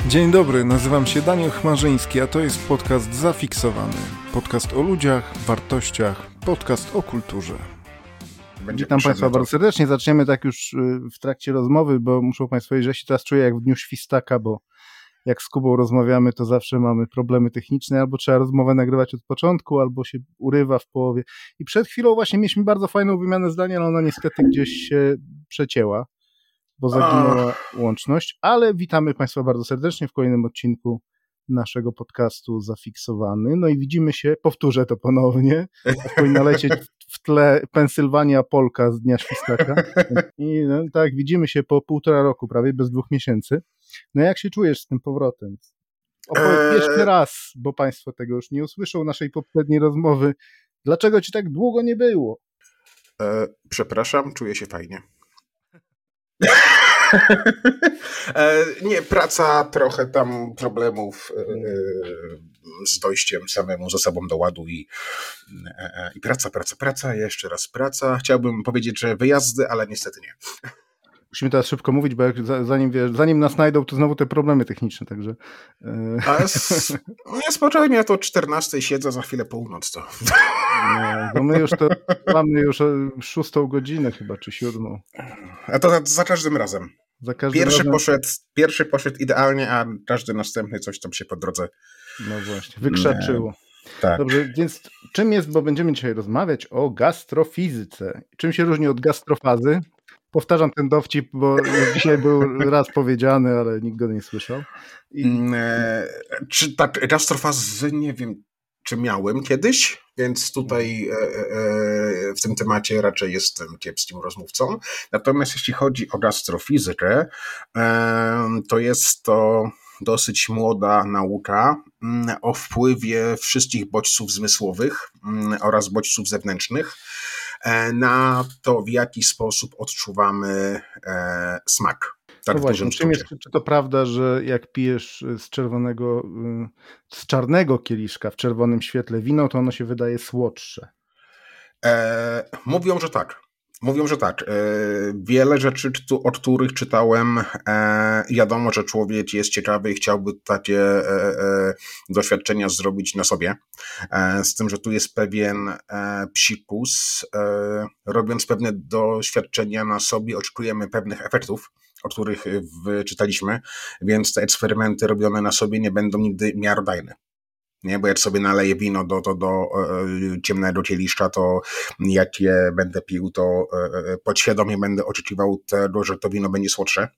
Dzień dobry, nazywam się Daniel Chmarzyński, a to jest podcast Zafiksowany. Podcast o ludziach, wartościach, podcast o kulturze. Witam Państwa bardzo serdecznie. Zaczniemy tak już w trakcie rozmowy, bo muszą Państwo wiedzieć, że się teraz czuję jak w dniu świstaka, bo jak z Kubą rozmawiamy, to zawsze mamy problemy techniczne, albo trzeba rozmowę nagrywać od początku, albo się urywa w połowie. I przed chwilą właśnie mieliśmy bardzo fajną wymianę zdania, ale ona niestety gdzieś się przecięła, bo zaginęła łączność, ale witamy Państwa bardzo serdecznie w kolejnym odcinku naszego podcastu Zafiksowany. No i widzimy się, powtórzę to ponownie, powinna lecieć w tle Pensylwania Polka z Dnia Świstaka. I no, tak, widzimy się po 1,5 roku, prawie bez 2 miesięcy. No jak się czujesz z tym powrotem? Opowiedz jeszcze raz, bo Państwo tego już nie usłyszą, naszej poprzedniej rozmowy. Dlaczego Ci tak długo nie było? Przepraszam, czuję się fajnie. Nie, praca, trochę tam problemów z dojściem samemu ze sobą do ładu i praca, jeszcze raz praca. Chciałbym powiedzieć, że wyjazdy, ale niestety nie. Musimy teraz szybko mówić, bo jak zanim nas znajdą, to znowu te problemy techniczne, także... Nie, spokojnie, ja to o 14 siedzę, za chwilę północ to. Nie, bo my już to mamy już 6 godzinę chyba, czy 7. A to za każdym razem. Pierwszy poszedł idealnie, a każdy następny coś tam się po drodze... No właśnie, wykrzaczyło. Tak. Dobrze, więc czym jest, bo będziemy dzisiaj rozmawiać o gastrofizyce. Czym się różni od gastrofazy? Powtarzam ten dowcip, bo dzisiaj był raz powiedziany, ale nikt go nie słyszał. Czy tak, gastrofazy nie wiem, czy miałem kiedyś, więc tutaj w tym temacie raczej jestem kiepskim rozmówcą. Natomiast jeśli chodzi o gastrofizykę, to jest to dosyć młoda nauka o wpływie wszystkich bodźców zmysłowych oraz bodźców zewnętrznych na to, w jaki sposób odczuwamy smak. Tak, no właśnie, czy to prawda, że jak pijesz z czarnego kieliszka w czerwonym świetle wino, to ono się wydaje słodsze? Mówią, że tak. Wiele rzeczy, o których czytałem, wiadomo, że człowiek jest ciekawy i chciałby takie doświadczenia zrobić na sobie. Z tym, że tu jest pewien psikus. Robiąc pewne doświadczenia na sobie, oczekujemy pewnych efektów, o których wyczytaliśmy, więc te eksperymenty robione na sobie nie będą nigdy miarodajne. Nie, bo jak sobie naleję wino do ciemnego kieliszka, to jak je będę pił, to podświadomie będę oczekiwał tego, że to wino będzie słodsze.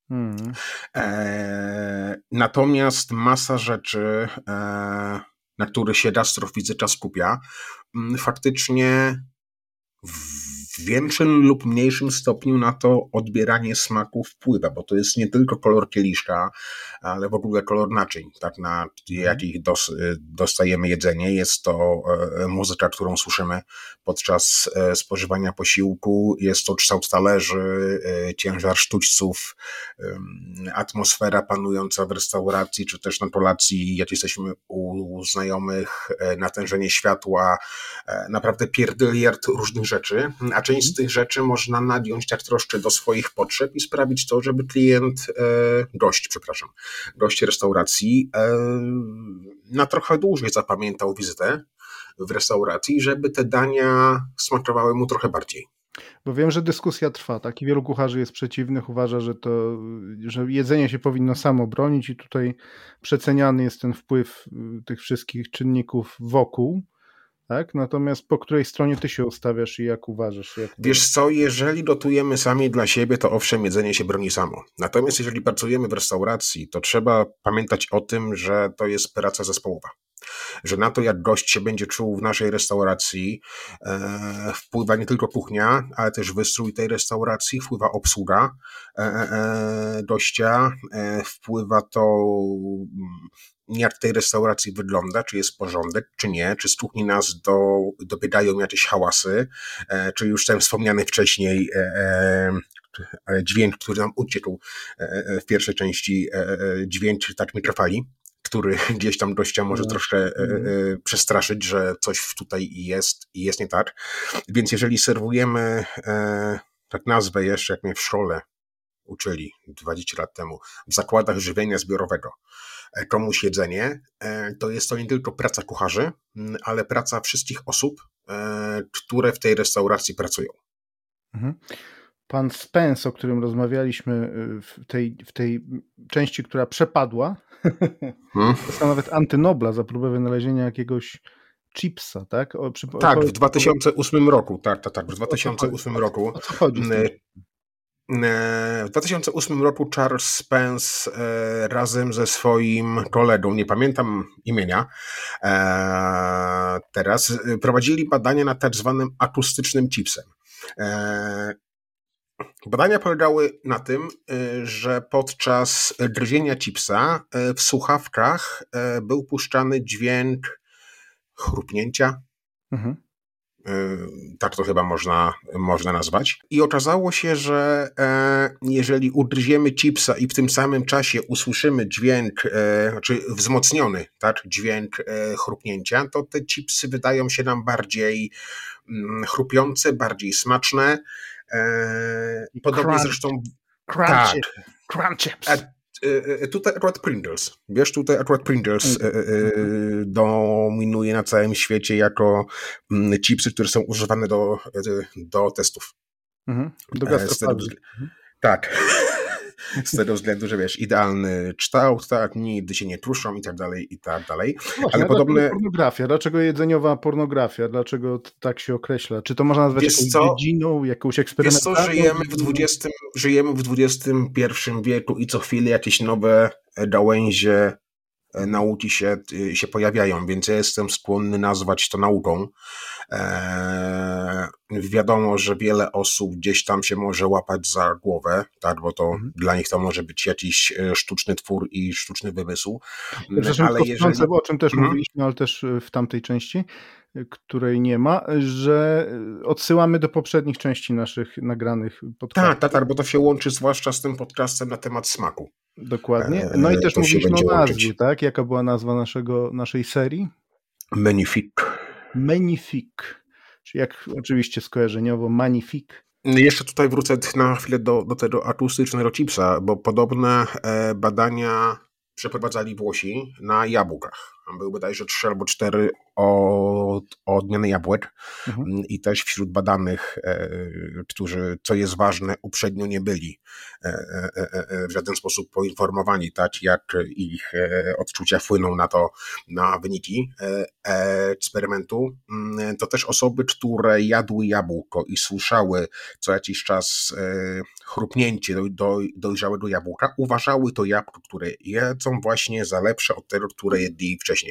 Natomiast masa rzeczy, na których się gastrofizyka skupia, faktycznie w większym lub mniejszym stopniu na to odbieranie smaku wpływa, bo to jest nie tylko kolor kieliszka, ale w ogóle kolor naczyń, tak, na jakich dostajemy jedzenie. Jest to muzyka, którą słyszymy podczas spożywania posiłku, jest to kształt talerzy, ciężar sztućców, atmosfera panująca w restauracji, czy też na kolacji, jak jesteśmy u znajomych, natężenie światła, naprawdę pierdyliard różnych rzeczy, a część z tych rzeczy można nadjąć tak troszkę do swoich potrzeb i sprawić to, żeby gość restauracji na trochę dłużej zapamiętał wizytę w restauracji, żeby te dania smakowały mu trochę bardziej. Bo wiem, że dyskusja trwa, tak? I wielu kucharzy jest przeciwnych, uważa, że jedzenie się powinno samo bronić i tutaj przeceniany jest ten wpływ tych wszystkich czynników wokół. Tak? Natomiast po której stronie ty się ustawiasz i jak uważasz? Wiesz co, jeżeli gotujemy sami dla siebie, to owszem, jedzenie się broni samo. Natomiast jeżeli pracujemy w restauracji, to trzeba pamiętać o tym, że to jest praca zespołowa. Że na to, jak gość się będzie czuł w naszej restauracji, wpływa nie tylko kuchnia, ale też wystrój tej restauracji, wpływa obsługa gościa, wpływa to, jak w tej restauracji wygląda, czy jest porządek, czy nie, czy z kuchni nas dobiegają jakieś hałasy, czy już ten wspomniany wcześniej dźwięk, który nam uciekł w pierwszej części, dźwięk tak mikrofali, który gdzieś tam gościa może troszkę przestraszyć, że coś tutaj jest nie tak. Więc jeżeli serwujemy, tak nazwę jeszcze, jak mnie w szkole uczyli 20 lat temu w zakładach żywienia zbiorowego komuś jedzenie, to jest to nie tylko praca kucharzy, ale praca wszystkich osób, które w tej restauracji pracują. Pan Spence, o którym rozmawialiśmy w tej części, która przepadła, dostał nawet antynobla za próbę wynalezienia jakiegoś chipsa, tak? Tak, w 2008 roku. Tak, w 2008 roku. O co chodzi? W 2008 roku Charles Spence razem ze swoim kolegą, nie pamiętam imienia teraz, prowadzili badania nad tak zwanym akustycznym chipsem. Badania polegały na tym, że podczas gryzienia chipsa w słuchawkach był puszczany dźwięk chrupnięcia. Tak to chyba można nazwać. I okazało się, że jeżeli ugryziemy chipsa i w tym samym czasie usłyszymy dźwięk, znaczy wzmocniony, tak, dźwięk chrupnięcia, to te chipsy wydają się nam bardziej chrupiące, bardziej smaczne. Podobnie zresztą... Crunch chips. Tutaj akurat Pringles. Wiesz, tutaj akurat Pringles dominuje na całym świecie jako chipsy, które są używane do testów. Do gastrofazy. Tak. Z tego względu, że wiesz, idealny kształt, tak, nigdy się nie truszą i tak dalej, i tak dalej. Właśnie, ale podobne... Pornografia, dlaczego jedzeniowa pornografia? Dlaczego tak się określa? Czy to można nazwać jakąś dziedziną, jakąś eksperymentalną? Żyjemy w XXI wieku i co chwilę jakieś nowe gałęzie nauki się pojawiają, więc ja jestem skłonny nazwać to nauką. Wiadomo, że wiele osób gdzieś tam się może łapać za głowę, tak, bo to dla nich to może być jakiś sztuczny twór i sztuczny wymysł. Ale jeżeli... o czym też mówiliśmy, ale też w tamtej części, której nie ma, że odsyłamy do poprzednich części naszych nagranych podcastów. Tak, bo to się łączy zwłaszcza z tym podcastem na temat smaku. Dokładnie. No i też mówiliśmy o nazwie, tak? Jaka była nazwa naszej serii? Magnifique. Czyli jak oczywiście skojarzeniowo Magnifique. Jeszcze tutaj wrócę na chwilę do tego akustycznego chipsa, bo podobne badania przeprowadzali Włosi na jabłkach. Były bodajże 3 albo 4 odmiany jabłek i też wśród badanych, którzy, co jest ważne, uprzednio nie byli w żaden sposób poinformowani, tak, jak ich odczucia wpłyną na wyniki eksperymentu, to też osoby, które jadły jabłko i słyszały co jakiś czas chrupnięcie dojrzałego jabłka, uważały to jabłko, które jedzą, właśnie za lepsze od tego, które jedli wcześniej.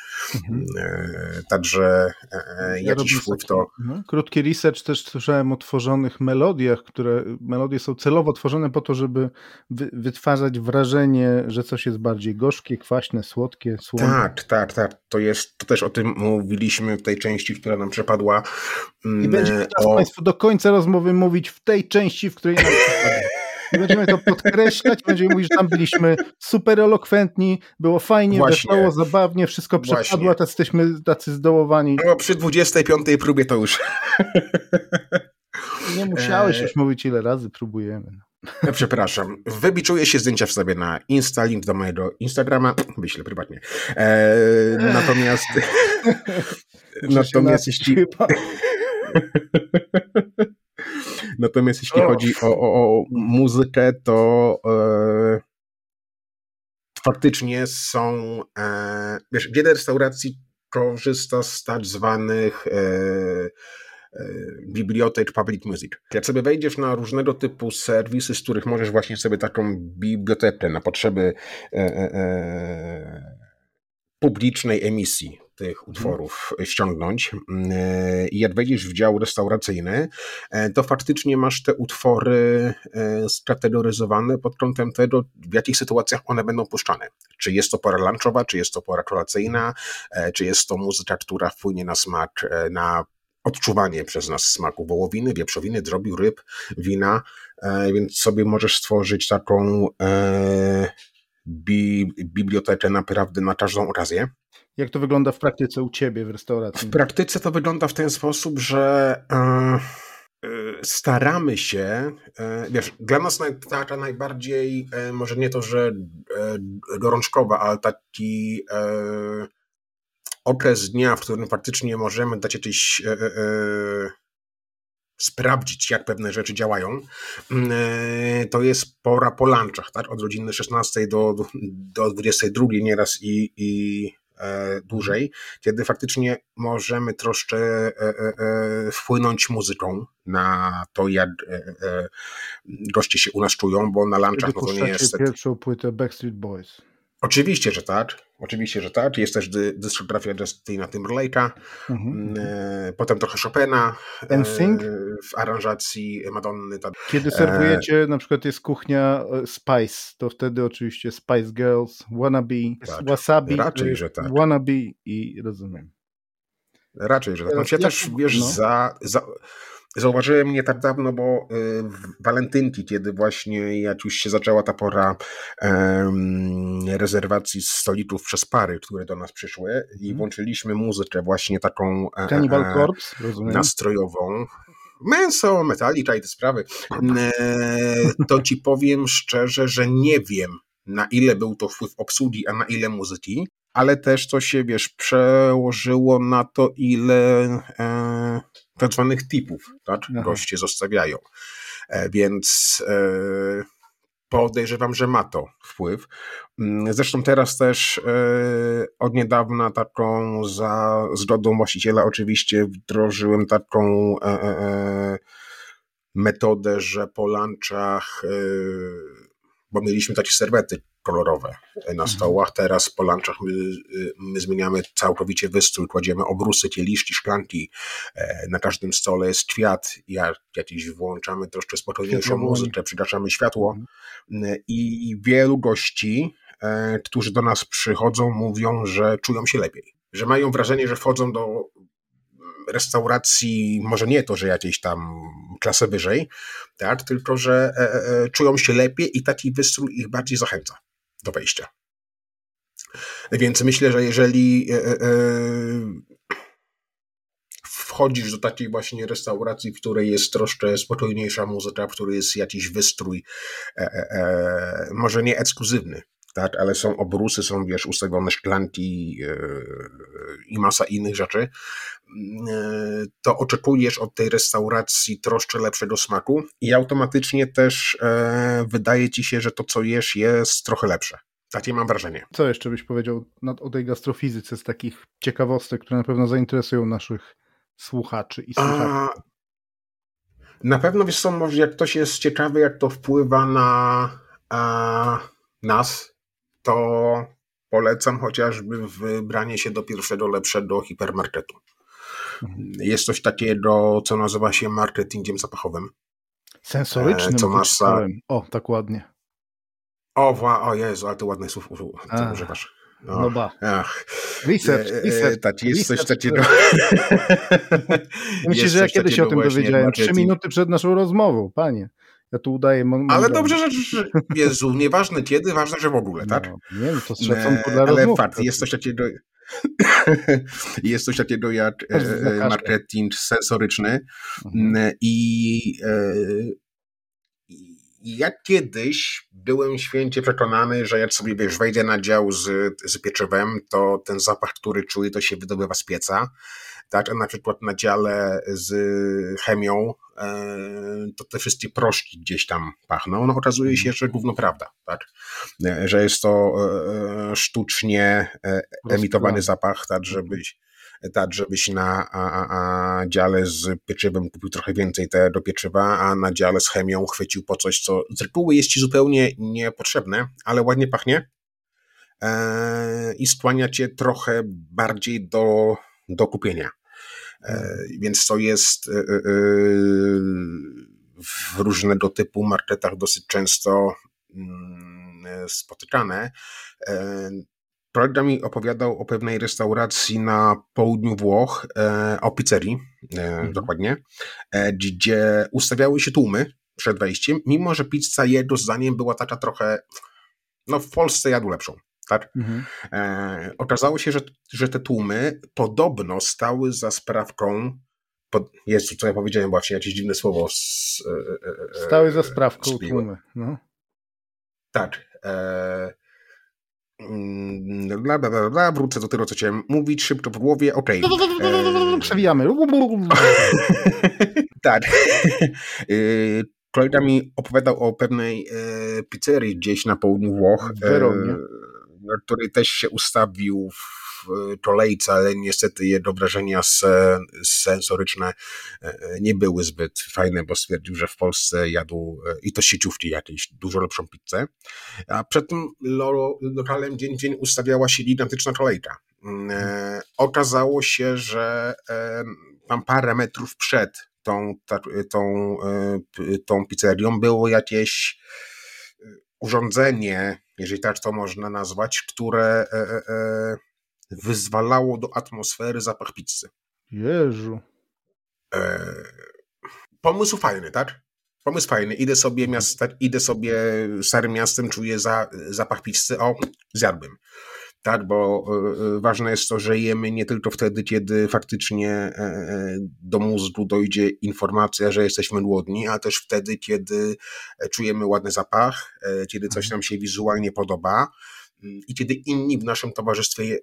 Także jakiś wpływ to... Krótki research, też słyszałem o tworzonych melodiach, melodie są celowo tworzone po to, żeby wytwarzać wrażenie, że coś jest bardziej gorzkie, kwaśne, słodkie, słone. Tak. To też o tym mówiliśmy w tej części, która nam przepadła. I będziemy teraz Państwu do końca rozmowy mówić w tej części, w której nam przepadła. I będziemy to podkreślać, będziemy mówić, że tam byliśmy super elokwentni, było fajnie, wesoło, zabawnie, wszystko przepadło, a jesteśmy tacy zdołowani. No, przy 25. próbie to już. Nie musiałeś już mówić, ile razy próbujemy. Przepraszam. Wybiczuję się zdjęcia w sobie na Insta, link do mojego Instagrama, wyślę prywatnie. Natomiast jeśli chodzi o muzykę, to faktycznie są, wiesz, wiele restauracji korzysta z tak zwanych bibliotek public music. Jak sobie wejdziesz na różnego typu serwisy, z których możesz właśnie sobie taką bibliotekę na potrzeby publicznej emisji tych utworów ściągnąć i jak wejdziesz w dział restauracyjny, to faktycznie masz te utwory skategoryzowane pod kątem tego, w jakich sytuacjach one będą puszczane. Czy jest to pora lunchowa, czy jest to pora kolacyjna, czy jest to muzyka, która wpłynie na smak, na odczuwanie przez nas smaku wołowiny, wieprzowiny, drobiu, ryb, wina, więc sobie możesz stworzyć taką bibliotekę naprawdę na każdą okazję. Jak to wygląda w praktyce u Ciebie w restauracji? W praktyce to wygląda w ten sposób, że staramy się, wiesz, dla nas taka najbardziej, może nie to, że gorączkowa, ale taki okres dnia, w którym faktycznie możemy dać jakieś sprawdzić, jak pewne rzeczy działają, to jest pora po lunchach, tak? Od godziny 16 do 22 nieraz i dłużej, kiedy faktycznie możemy troszkę wpłynąć muzyką na to, jak goście się u nas czują, bo na lunchach no to nie jest... pierwszą płytę Backstreet Boys. Oczywiście, że tak. Oczywiście, że tak. Jest też dyskografia Justina Timberlake'a, potem trochę Chopina w aranżacji Madonny. Kiedy serwujecie, na przykład jest kuchnia Spice, to wtedy oczywiście Spice Girls, Wannabe, tak. Wasabi, raczej, że tak. Wannabe i rozumiem. Raczej, że tak. No, ja też, wiesz, zauważyłem nie tak dawno, bo w walentynki, kiedy właśnie jak już się zaczęła ta pora rezerwacji stolików przez pary, które do nas przyszły i włączyliśmy muzykę właśnie taką Cannibal Corpse, rozumiem. Nastrojową. Mięso, Metallica i te sprawy. To ci powiem szczerze, że nie wiem, na ile był to wpływ obsługi, a na ile muzyki, ale też to się, wiesz, przełożyło na to, ile tak zwanych tipów, tak? Goście zostawiają. Więc podejrzewam, że ma to wpływ. Zresztą teraz też od niedawna taką za zgodą właściciela oczywiście wdrożyłem taką metodę, że po lunchach, bo mieliśmy takie serwety kolorowe na stołach, teraz po lunchach my zmieniamy całkowicie wystrój, kładziemy obrusy, kieliszki, szklanki, na każdym stole jest kwiat, jakiś włączamy troszkę spokojniejszą muzykę, przygaszamy światło i wielu gości, którzy do nas przychodzą, mówią, że czują się lepiej, że mają wrażenie, że wchodzą do restauracji, może nie to, że jakieś tam klasę wyżej, tak, tylko że czują się lepiej i taki wystrój ich bardziej zachęca do wejścia. Więc myślę, że jeżeli wchodzisz do takiej właśnie restauracji, w której jest troszkę spokojniejsza muzyka, w której jest jakiś wystrój, może nie ekskluzywny, tak, ale są obrusy, są, wiesz, ustawione szklanki i masa innych rzeczy, to oczekujesz od tej restauracji troszkę lepszego smaku i automatycznie też wydaje ci się, że to, co jesz, jest trochę lepsze. Takie mam wrażenie. Co jeszcze byś powiedział o tej gastrofizyce z takich ciekawostek, które na pewno zainteresują naszych słuchaczy i słuchaczy? Na pewno, wiesz co, może jak ktoś jest ciekawy, jak to wpływa na nas, to polecam chociażby wybranie się do pierwszego lepszego hipermarketu. Jest coś takiego, co nazywa się marketingiem zapachowym. Sensorycznym. Co masa... O, tak ładnie. O Jezu, ale ty ładnych słów używasz. No ba. Research. Jest coś takiego. Myślę, że ja kiedyś o tym dowiedziałem. 3 minuty przed naszą rozmową, panie. Ja tu udaję... Ale dobrze, że Jezu, nieważne kiedy, ważne, że w ogóle, tak? Nie wiem, to z szacunku dla rozmów. Ale fakt, jest coś takiego... Jest coś takiego jak marketing sensoryczny i ja kiedyś byłem święcie przekonany, że jak sobie, wiesz, wejdę na dział z pieczywem, to ten zapach, który czuję, to się wydobywa z pieca, tak, a na przykład na dziale z chemią to te wszystkie proszki gdzieś tam pachną. No okazuje się, że gówno prawda, tak, że jest to sztucznie emitowany zapach, tak, żebyś na dziale z pieczywem kupił trochę więcej do pieczywa, a na dziale z chemią chwycił po coś, co z reguły jest ci zupełnie niepotrzebne, ale ładnie pachnie i skłania cię trochę bardziej do kupienia. Więc to jest w różnego typu marketach dosyć często spotykane. Kolega mi opowiadał o pewnej restauracji na południu Włoch, o pizzerii dokładnie, gdzie ustawiały się tłumy przed wejściem, mimo że pizza jego zdaniem była taka trochę, no w Polsce jadł lepszą. Tak? Okazało się, że te tłumy podobno stały za sprawką Jezu, co ja powiedziałem właśnie, jakieś dziwne słowo. Stały za sprawką tłumy. No. Tak. Bla, bla, bla, bla, wrócę do tego, co chciałem mówić, szybko w głowie, okej. Przewijamy. Tak. Kolega mi opowiadał o pewnej pizzerii gdzieś na południu Włoch, na której też się ustawił w kolejce, ale niestety jego wrażenia sensoryczne nie były zbyt fajne, bo stwierdził, że w Polsce jadł i to sieciówki jakieś, dużo lepszą pizzę. A przed tym lokalem dzień w dzień ustawiała się gigantyczna kolejka. Okazało się, że tam parę metrów przed tą pizzerią było jakieś urządzenie, jeżeli tak to można nazwać, które wyzwalało do atmosfery zapach pizzy. Jezu. Pomysł fajny, tak? Pomysł fajny. Idę sobie starym miastem, czuję zapach pizzy, zjadłbym. Tak, bo ważne jest to, że jemy nie tylko wtedy, kiedy faktycznie do mózgu dojdzie informacja, że jesteśmy głodni, ale też wtedy, kiedy czujemy ładny zapach, kiedy coś nam się wizualnie podoba i kiedy inni w naszym towarzystwie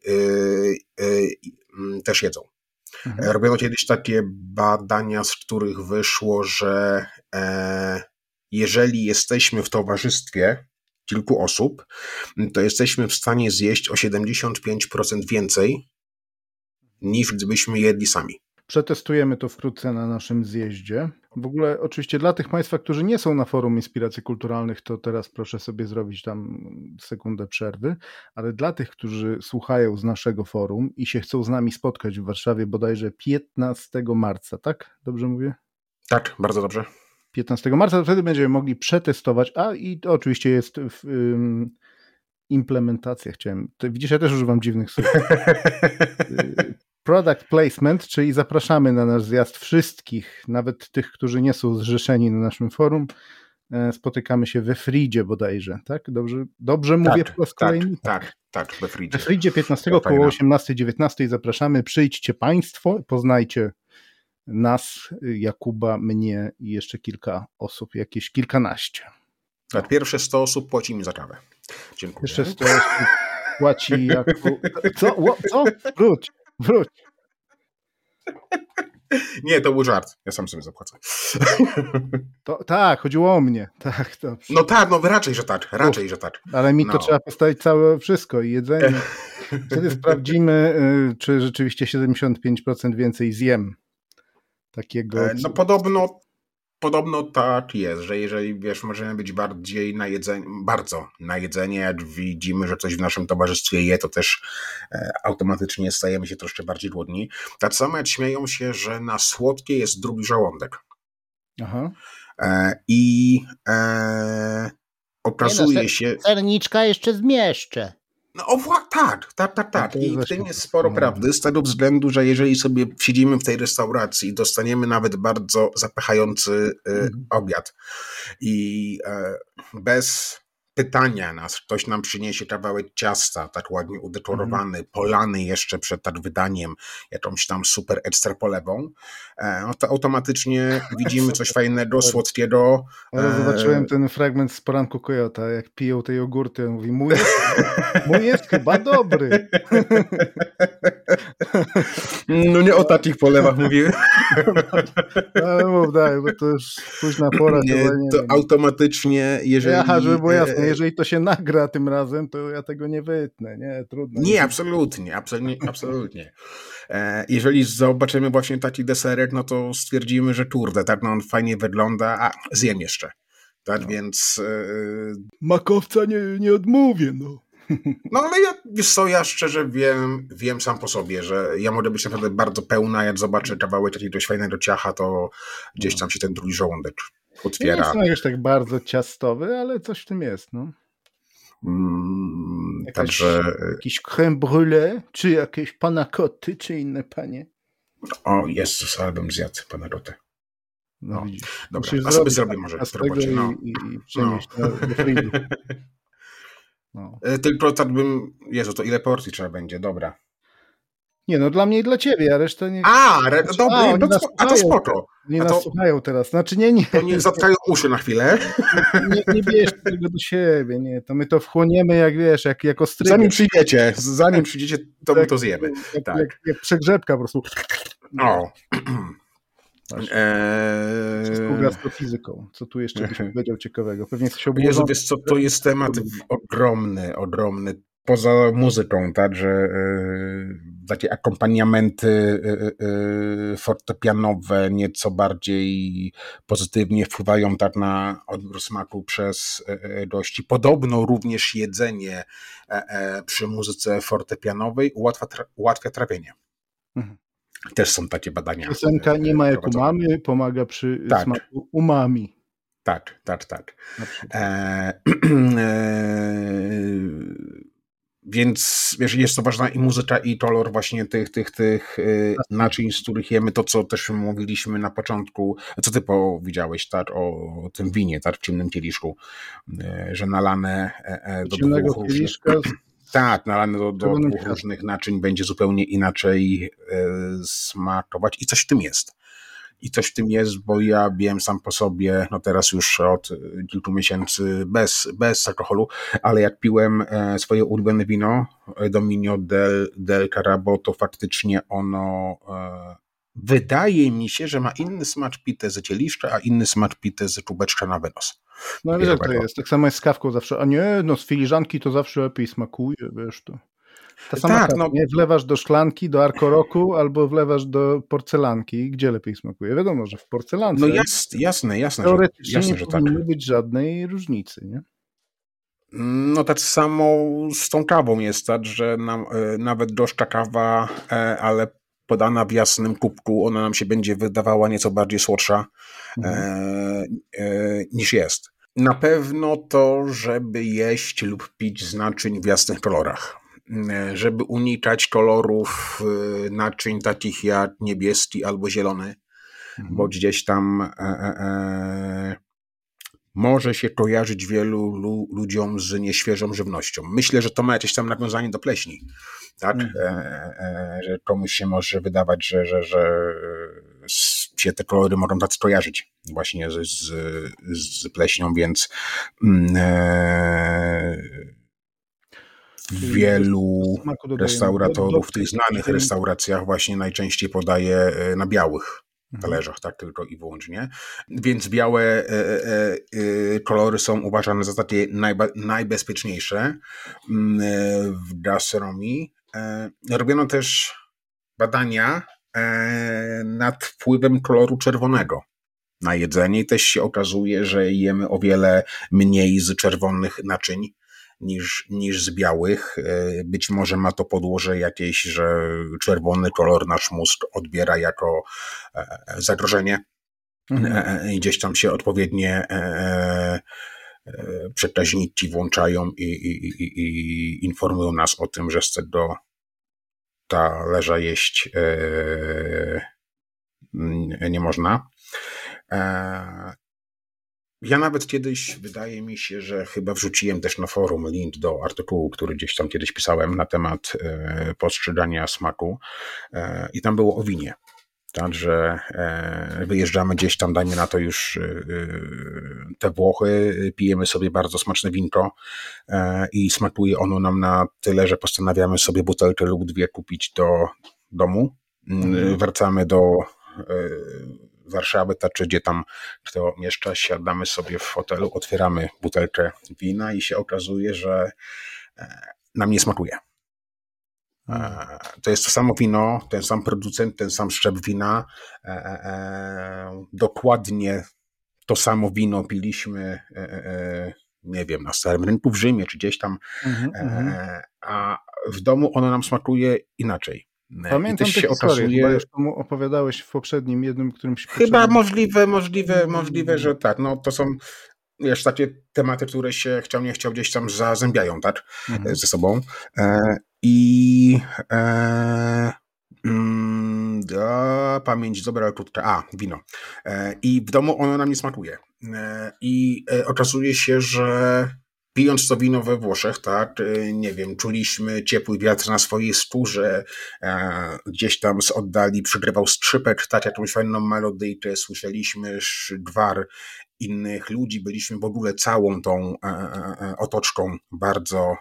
też jedzą. Robiono kiedyś takie badania, z których wyszło, że jeżeli jesteśmy w towarzystwie kilku osób, to jesteśmy w stanie zjeść o 75% więcej, niż gdybyśmy jedli sami. Przetestujemy to wkrótce na naszym zjeździe. W ogóle oczywiście dla tych Państwa, którzy nie są na forum Inspiracji Kulturalnych, to teraz proszę sobie zrobić tam sekundę przerwy, ale dla tych, którzy słuchają z naszego forum i się chcą z nami spotkać w Warszawie bodajże 15 marca, tak? Dobrze mówię? Tak, bardzo dobrze. 15 marca, to wtedy będziemy mogli przetestować, i to oczywiście jest implementacja, widzisz, ja też używam dziwnych słów. Product placement, czyli zapraszamy na nasz zjazd wszystkich, nawet tych, którzy nie są zrzeszeni na naszym forum. Spotykamy się we Fridzie bodajże, tak? Dobrze mówię po raz kolejny? Tak, we Fridzie. We Fridzie 15 około 18-19 zapraszamy, przyjdźcie Państwo, poznajcie nas, Jakuba, mnie i jeszcze kilka osób, jakieś kilkanaście. Tak, pierwsze 100 osób płaci mi za kawę. Dziękuję. Jeszcze 100 osób płaci Co? Wróć. Nie, to był żart. Ja sam sobie zapłacę. Tak, chodziło o mnie. Tak, dobrze. No tak, raczej, że tak. Ale mi to trzeba postawić całe wszystko i jedzenie. Wtedy sprawdzimy, czy rzeczywiście 75% więcej zjem. Takiego... No podobno tak jest, że jeżeli możemy być bardziej bardzo na jedzenie, jak widzimy, że coś w naszym towarzystwie je, to też automatycznie stajemy się troszkę bardziej głodni. Tak samo jak śmieją się, że na słodkie jest drugi żołądek. Aha. Okazuje się... Serniczka jeszcze zmieszczę. Tak. I w tym jest sporo prawdy, z tego względu, że jeżeli sobie siedzimy w tej restauracji i dostaniemy nawet bardzo zapychający obiad i bez pytania nas ktoś nam przyniesie kawałek ciasta, tak ładnie udekorowany, polany jeszcze przed tak wydaniem jakąś tam super ekstra polewą, to automatycznie widzimy coś fajnego, słodkiego. Ja zobaczyłem ten fragment z Poranku Kojota, jak piją te jogurty, on mówi, mój jest chyba dobry. No nie o takich polewach mówiłem. No, bo to już późna pora. Nie, to automatycznie, jeżeli... Aha, żeby było jasne, jeżeli to się nagra tym razem, to ja tego nie wytnę, nie? Trudno. Nie, absolutnie. Jeżeli zobaczymy właśnie taki deserek, no to stwierdzimy, że kurde, tak on fajnie wygląda, zjem jeszcze. Tak więc... Makowca nie odmówię, No ale ja szczerze wiem sam po sobie, że ja mogę być naprawdę bardzo pełna, jak zobaczę kawałek jakiegoś fajnego ciacha, to gdzieś tam się ten drugi żołądek otwiera. Nie jest jakiś tak bardzo ciastowy, ale coś w tym jest, Także... Jakiś crème brûlée, czy jakieś panna cotty, czy inne panie? O, Jezus, ale bym zjadł panna cottę. No widzisz. Dobra, a sobie zrobię może w robocie. I przenieść do Fridu. Tylko tak Jezu, to ile porcji trzeba będzie? Dobra. Nie, no dla mnie i dla ciebie, a reszta nie... Dobry, a to spoko. Nie nas słuchają teraz, znaczy nie. To niech zatkają uszy na chwilę. Nie bierz tego do siebie, nie, to my to wchłoniemy jak wiesz, jak ostryga. Zanim przyjdziecie, to my to zjemy. Jak przegrzebka po prostu. O. Z gastrofizyką. Co tu jeszcze byś powiedział ciekawego? Pewnie coś obłożone. Jezu, wiesz co, to jest temat ogromny. Poza muzyką, tak, że takie akompaniamenty fortepianowe nieco bardziej pozytywnie wpływają tak na odbiór smaku przez gości. Podobno również jedzenie przy muzyce fortepianowej ułatwia trawienie. Mhm. Też są takie badania. Piosenka Nie ma jak umamy pomaga przy smaku umami. Tak. Więc wiesz, jest to ważna i muzyka, i kolor właśnie tych naczyń, z których jemy, to co też mówiliśmy na początku, co ty powiedziałeś, tak, o tym winie, tak, w ciemnym kieliszku, że nalane do dwóch kieliszka. Tak, nalane do dwóch różnych naczyń będzie zupełnie inaczej smakować i coś w tym jest. Bo ja wiem sam po sobie, no teraz już od kilku miesięcy bez alkoholu, ale jak piłem swoje ulubione wino, Dominio del Carabo, to faktycznie ono wydaje mi się, że ma inny smak pite z kieliszka, a inny smak pite z czubeczka na wynos. No wiesz, jak to jest. Tak samo jest z kawką zawsze. A nie, no z filiżanki to zawsze lepiej smakuje, wiesz to. Ta sama kawka, nie? Wlewasz do szklanki, do arkoroku, albo wlewasz do porcelanki. Gdzie lepiej smakuje? Wiadomo, że w porcelance. No jasne. Teoretycznie jasne, nie powinno być żadnej różnicy, nie? No tak samo z tą kawą jest, tak, że nawet gorzka kawa, ale podana w jasnym kubku, ona nam się będzie wydawała nieco bardziej słodsza niż jest. Na pewno to, żeby jeść lub pić z naczyń w jasnych kolorach. Żeby unikać kolorów naczyń takich jak niebieski albo zielony, bo gdzieś tam może się kojarzyć wielu ludziom z nieświeżą żywnością. Myślę, że to ma jakieś tam nawiązanie do pleśni, tak? Że komuś się może wydawać, że się te kolory mogą tak kojarzyć właśnie z pleśnią, więc wielu restauratorów w tych znanych restauracjach właśnie najczęściej podaje na białych talerzach, tak, tylko i wyłącznie. Więc białe kolory są uważane za takie najbezpieczniejsze w gastronomii. Robiono też badania nad wpływem koloru czerwonego na jedzenie i też się okazuje, że jemy o wiele mniej z czerwonych naczyń niż z białych. Być może ma to podłoże jakieś, że czerwony kolor nasz mózg odbiera jako zagrożenie i gdzieś tam się odpowiednie przekaźniki włączają i informują nas o tym, że z tego talerza jeść nie można. Ja nawet kiedyś, wydaje mi się, że chyba wrzuciłem też na forum link do artykułu, który gdzieś tam kiedyś pisałem na temat postrzegania smaku i tam było o winie. Tak, że wyjeżdżamy gdzieś tam, dajmy na to już te Włochy, pijemy sobie bardzo smaczne winko i smakuje ono nam na tyle, że postanawiamy sobie butelkę lub dwie kupić do domu. Wracamy do Warszawy, czy gdzie tam kto mieszka, siadamy sobie w fotelu, otwieramy butelkę wina i się okazuje, że nam nie smakuje. To jest to samo wino, ten sam producent, ten sam szczep wina. Dokładnie to samo wino piliśmy, nie wiem, na Starym Rynku w Rzymie, czy gdzieś tam, a w domu ono nam smakuje inaczej. Pamiętam tę historię, bo już tomu opowiadałeś w poprzednim jednym, którymś... Chyba możliwe, że tak. No to są wiesz, takie tematy, które się chciał, nie chciał gdzieś tam zazębiają, tak? Ze sobą. Pamięć dobra, ale krótka. Wino. I w domu ono nam nie smakuje. I okazuje się, że pijąc to wino we Włoszech, tak, nie wiem, czuliśmy ciepły wiatr na swojej skórze, gdzieś z oddali przygrywał skrzypek, tak, jakąś fajną melodyjkę, słyszeliśmy gwar innych ludzi, byliśmy w ogóle całą tą otoczką bardzo,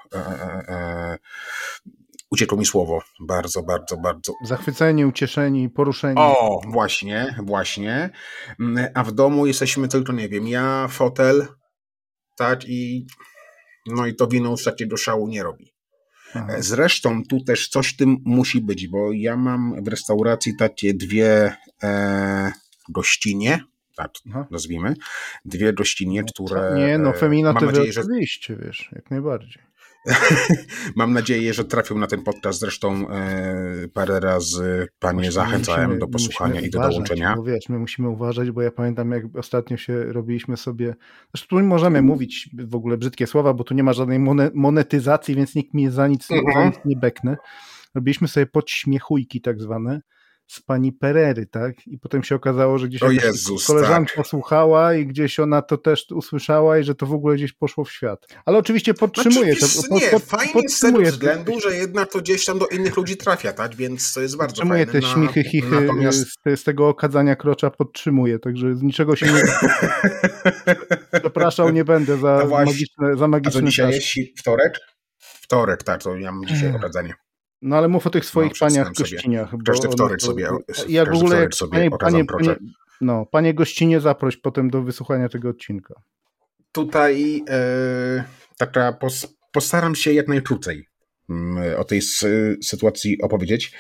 uciekło mi słowo, bardzo. Zachwyceni, ucieszeni, poruszeni. O, właśnie. A w domu jesteśmy tylko, nie wiem, ja, fotel, tak, i to wino już takiego szału nie robi. Aha. Zresztą tu też coś tym musi być, bo ja mam w restauracji takie dwie gościnie, tak nazwijmy, dwie gościnie, które... Nie, feminatywy oczywiście, wiesz, jak najbardziej. Mam nadzieję, że trafią na ten podcast. Zresztą parę razy panie zachęcałem do posłuchania i do dołączenia. Bo wiesz, my musimy uważać, bo ja pamiętam, jak ostatnio się robiliśmy sobie... Zresztą tu możemy mówić w ogóle brzydkie słowa, bo tu nie ma żadnej monetyzacji, więc nikt mi za nic nie beknę. Robiliśmy sobie podśmiechujki tak zwane z pani Perery, tak? I potem się okazało, że gdzieś koleżanka posłuchała i gdzieś ona to też usłyszała i że to w ogóle gdzieś poszło w świat. Ale oczywiście podtrzymuję to. Fajnie z tego względu, że jednak to gdzieś tam do innych ludzi trafia, tak? Więc to jest bardzo fajne. Podtrzymuję te śmichy, chichy z tego okadzania krocza podtrzymuję, także z niczego się nie... Przepraszał, nie będę za magiczne A to dzisiaj jest wtorek? Wtorek, tak, to ja mam dzisiaj okadzanie. No ale mów o tych swoich paniach gościniach. Każdy wtorek sobie panie gościnie, zaproś potem do wysłuchania tego odcinka. Tutaj postaram się jak najkrócej o tej sytuacji opowiedzieć.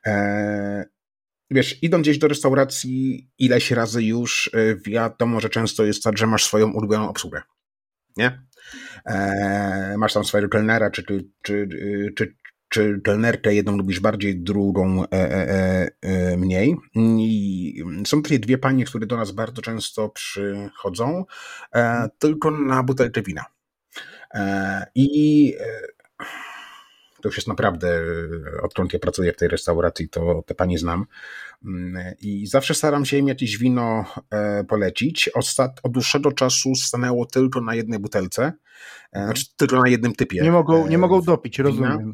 Wiesz, idąc gdzieś do restauracji ileś razy już wiadomo, że często jest tak, że masz swoją ulubioną obsługę. Nie? Masz tam swojego kelnera, czy kelnerkę, jedną lubisz bardziej, drugą mniej. I są takie dwie panie, które do nas bardzo często przychodzą, tylko na butelkę wina. I to już jest naprawdę, odkąd ja pracuję w tej restauracji, to te panie znam. I zawsze staram się im jakieś wino polecić. Od dłuższego czasu stanęło tylko na jednej butelce, znaczy tylko na jednym typie. Nie mogą dopić, rozumiem.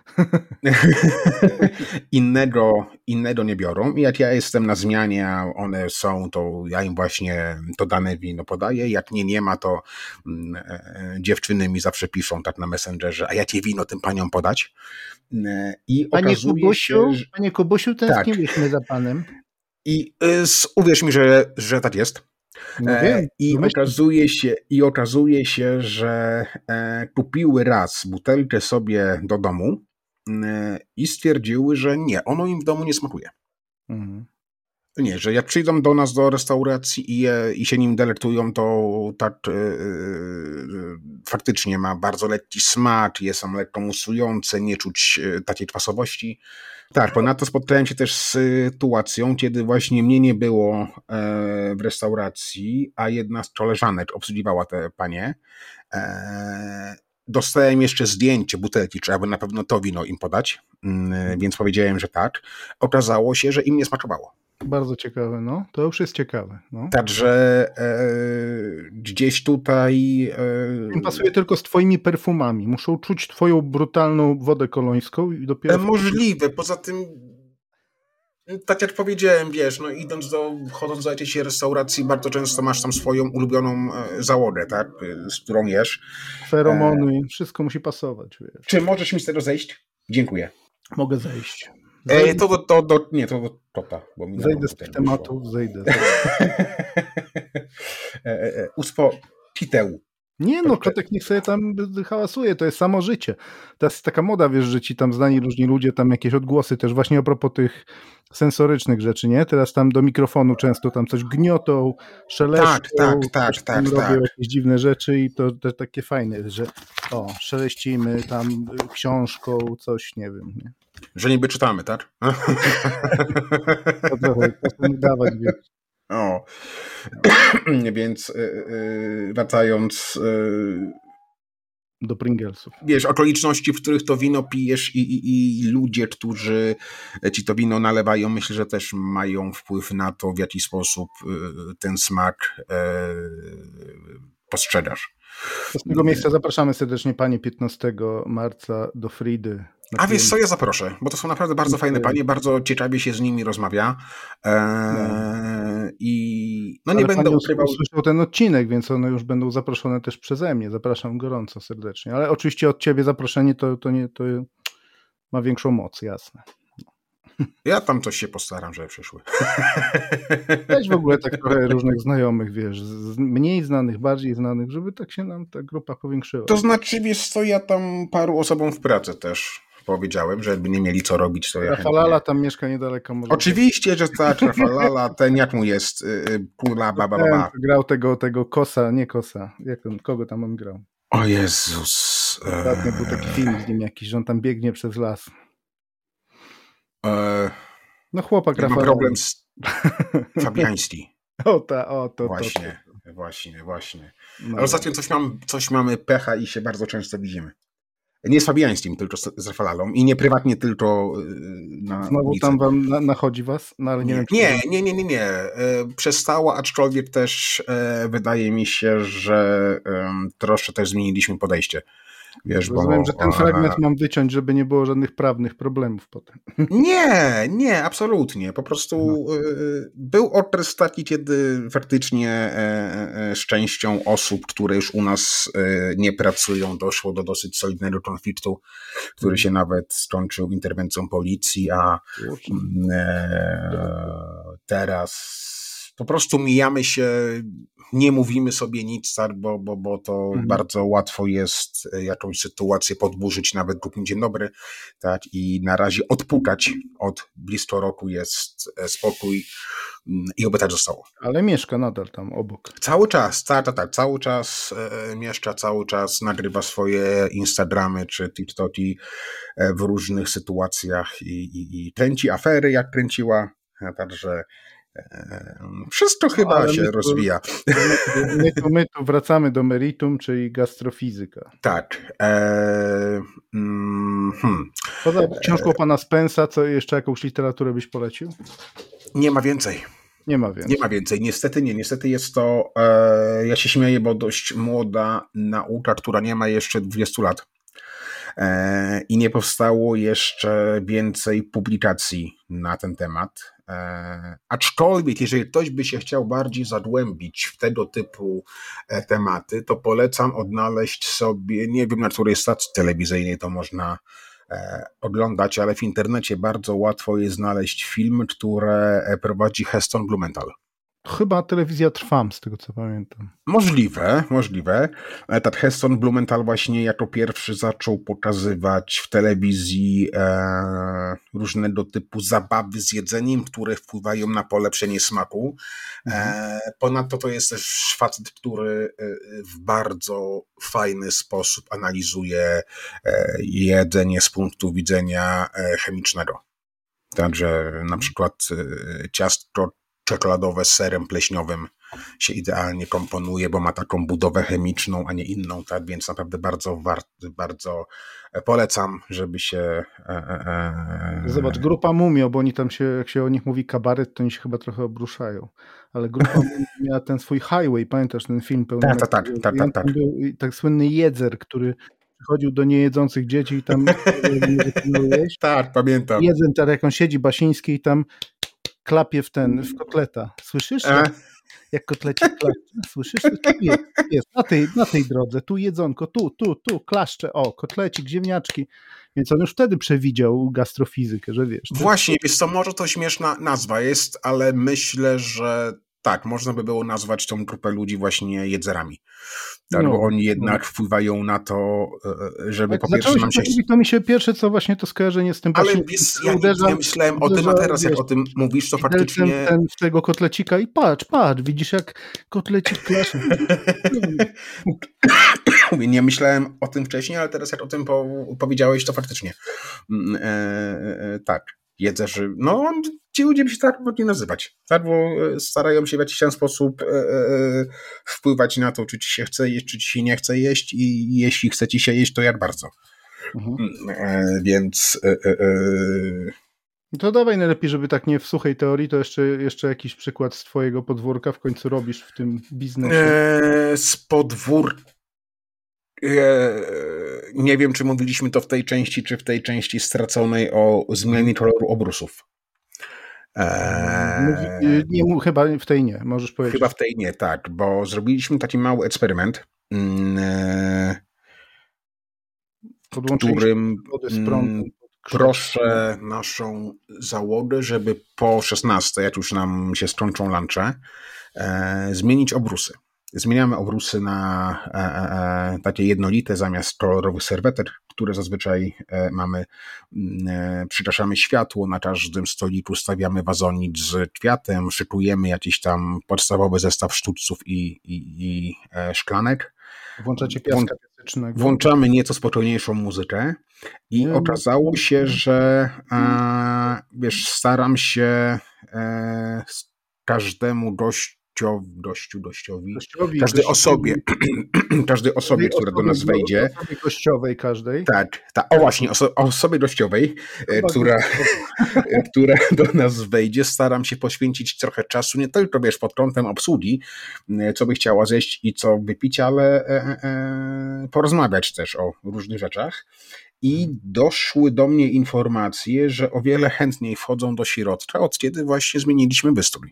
Innego nie biorą i jak ja jestem na zmianie, a one są, to ja im właśnie to dane wino podaję, jak nie ma, to dziewczyny mi zawsze piszą tak na Messengerze, a jakie wino tym paniom podać. I Panie Kubusiu, tęskniłyśmy za panem. I uwierz mi, że tak jest. No wiem, okazuje się, że kupiły raz butelkę sobie do domu i stwierdziły, że nie, ono im w domu nie smakuje. Mhm. Nie, że jak przyjdą do nas do restauracji i się nim delektują, to tak faktycznie ma bardzo lekki smak, jest tam lekko musujące, nie czuć takiej kwasowości. Tak, ponadto spotkałem się też z sytuacją, kiedy właśnie mnie nie było w restauracji, a jedna z koleżanek obsługiwała te panie. Dostałem jeszcze zdjęcie butelki, czy aby na pewno to wino im podać, więc powiedziałem, że tak. Okazało się, że im nie smakowało. Bardzo ciekawe, no. To już jest ciekawe. No. Także gdzieś tutaj... Im pasuje tylko z twoimi perfumami. Muszą czuć twoją brutalną wodę kolońską i dopiero... Możliwe. Poza tym, tak jak powiedziałem, wiesz, chodząc do jakiejś restauracji, bardzo często masz tam swoją ulubioną załogę, tak? Z którą jesz. Feromony, wszystko musi pasować. Wiesz. Czy możesz mi z tego zejść? Dziękuję. Mogę zejść. To kota. Zejdę z tych tematów, zejdę. Kiteł. Nie, kotek niech sobie tam hałasuje, to jest samo życie. Teraz jest taka moda, wiesz, że ci tam znani różni ludzie, tam jakieś odgłosy też, właśnie a propos tych sensorycznych rzeczy, nie? Teraz tam do mikrofonu często tam coś gniotą, szeleszczą, tak. robią jakieś dziwne rzeczy i to też takie fajne, że szeleścimy tam książką, coś, nie wiem, nie? Że niby czytamy, tak? To trochę dawać, wiesz. Więc wracając do Pringlesów. Wiesz, okoliczności, w których to wino pijesz i ludzie, którzy ci to wino nalewają, myślę, że też mają wpływ na to, w jaki sposób ten smak postrzegasz. Z tego miejsca zapraszamy serdecznie panie 15 marca do Fridy. A wiesz co, ja zaproszę, bo to są naprawdę bardzo fajne panie, bardzo ciekawie się z nimi rozmawia. I no nie będę ukrywał. Usłyszał ten odcinek, więc one już będą zaproszone też przeze mnie. Zapraszam gorąco, serdecznie. Ale oczywiście od ciebie zaproszenie to ma większą moc, jasne. Ja tam coś się postaram, żeby przyszły. Weź w ogóle tak trochę różnych znajomych, wiesz, mniej znanych, bardziej znanych, żeby tak się nam ta grupa powiększyła. To znaczy, wiesz co, ja tam paru osobom w pracy też powiedziałem, żeby nie mieli co robić, to ja Rafalala tam mieszka niedaleko. Może oczywiście, że tak, Rafalala, ten jak mu jest, Pula, baba. Grał tego Kosa, nie Kosa, kogo tam on grał? O Jezus. Ostatnio był taki film z nim jakiś, że on tam biegnie przez las. No chłopak ja Rafalala. mam problem z Fabiański. Właśnie. No. Ale ostatnio coś mamy pecha i się bardzo często widzimy. Nie z Fabiańskim, tylko z Rafalalą i nie prywatnie, tylko na Znowu ulicy. tam wam nachodzi was? No, ale nie. Nie. Przestało, aczkolwiek też wydaje mi się, że troszkę też zmieniliśmy podejście. Wiesz, rozumiem, że ten fragment mam wyciąć, żeby nie było żadnych prawnych problemów potem. Nie, absolutnie. Po prostu był okres taki, kiedy faktycznie z częścią osób, które już u nas nie pracują, doszło do dosyć solidnego konfliktu, który się nawet skończył interwencją policji, a teraz po prostu mijamy się, nie mówimy sobie nic, tak, bo to bardzo łatwo jest jakąś sytuację podburzyć, nawet głupim dzień dobry, tak, i na razie odpukać. Od blisko roku jest spokój i oby tak zostało. Ale mieszka nadal tam obok. Cały czas, tak, cały czas mieszka, cały czas nagrywa swoje Instagramy czy TikToki w różnych sytuacjach i kręci afery, jak kręciła, także wszystko chyba się rozwija. My tu wracamy do meritum, czyli gastrofizyka. Tak. Poza książką pana Spensa, co jeszcze jakąś literaturę byś polecił? Nie ma więcej. Nie ma więcej. Niestety nie. Niestety jest to, ja się śmieję, bo dość młoda nauka, która nie ma jeszcze 20 lat. I nie powstało jeszcze więcej publikacji na ten temat. Aczkolwiek, jeżeli ktoś by się chciał bardziej zagłębić w tego typu tematy, to polecam odnaleźć sobie, nie wiem na której stacji telewizyjnej to można oglądać, ale w internecie bardzo łatwo jest znaleźć filmy, które prowadzi Heston Blumenthal. Chyba telewizja Trwam, z tego co pamiętam. Możliwe. Tak, Heston Blumenthal właśnie jako pierwszy zaczął pokazywać w telewizji różnego typu zabawy z jedzeniem, które wpływają na polepszenie smaku. Ponadto to jest też facet, który w bardzo fajny sposób analizuje jedzenie z punktu widzenia chemicznego. Także na przykład ciastko czekoladowe z serem pleśniowym się idealnie komponuje, bo ma taką budowę chemiczną, a nie inną, tak? Więc naprawdę bardzo polecam, żeby się... Zobacz, grupa Mumio, bo oni tam się, jak się o nich mówi kabaret, to oni się chyba trochę obruszają, ale grupa Mumio miała ten swój Highway, pamiętasz ten film pełny? Tak. Był tak słynny jedzer, który przychodził do niejedzących dzieci i tam jeść. Tak, pamiętam. Jeden, tak jak on siedzi, Basiński i tam klapie w kotleta. Słyszysz? Jak kotlecik klapie. Słyszysz? Tu jest. Na tej drodze. Tu jedzonko, tu, klaszcze. O, kotlecik, ziemniaczki. Więc on już wtedy przewidział gastrofizykę, że wiesz. Właśnie, wiesz co, może to śmieszna nazwa jest, ale myślę, że tak, można by było nazwać tą grupę ludzi właśnie jedzerami. Tak, bo oni jednak wpływają na to, żeby po pierwsze nam się... To mi się pierwsze, co właśnie to skojarzenie z tym... Ale ja myślałem o tym, a teraz jak o tym mówisz, to faktycznie... Z tego kotlecika i patrz, widzisz jak kotlecik klasze. Nie myślałem o tym wcześniej, ale teraz jak o tym powiedziałeś, to faktycznie. Tak, jedzerzy... No, ci ludzie by się tak mogli nazywać, tak? Bo starają się w jakiś ten sposób wpływać na to, czy ci się chce jeść, czy ci się nie chce jeść i jeśli chce ci się jeść, to jak bardzo. Więc... To dawaj najlepiej, żeby tak nie w suchej teorii, to jeszcze jakiś przykład z twojego podwórka w końcu robisz w tym biznesie. Z podwórka Nie wiem, czy mówiliśmy to w tej części, czy w tej części straconej o zmianie koloru obrusów. Nie, chyba w tej nie, możesz powiedzieć. Chyba w tej nie, tak, bo zrobiliśmy taki mały eksperyment, w którym proszę naszą załogę, żeby po 16, jak już nam się skończą lunche, zmienić obrusy. Zmieniamy obrusy na takie jednolite zamiast kolorowych serwetek, które zazwyczaj mamy. Przygaszamy światło, na każdym stoliku stawiamy wazonik z kwiatem, szykujemy jakiś tam podstawowy zestaw sztućców i szklanek. Włączacie piaska piasecznego. Włączamy nieco spokojniejszą muzykę i okazało się, że staram się każdemu każdej osobie, która do nas wejdzie. Osobie gościowej każdej. Tak, właśnie, osobie gościowej, która do nas wejdzie, staram się poświęcić trochę czasu, nie tylko pod kątem obsługi, co by chciała zjeść i co wypić, ale porozmawiać też o różnych rzeczach. I doszły do mnie informacje, że o wiele chętniej wchodzą do środka, od kiedy właśnie zmieniliśmy wystrój.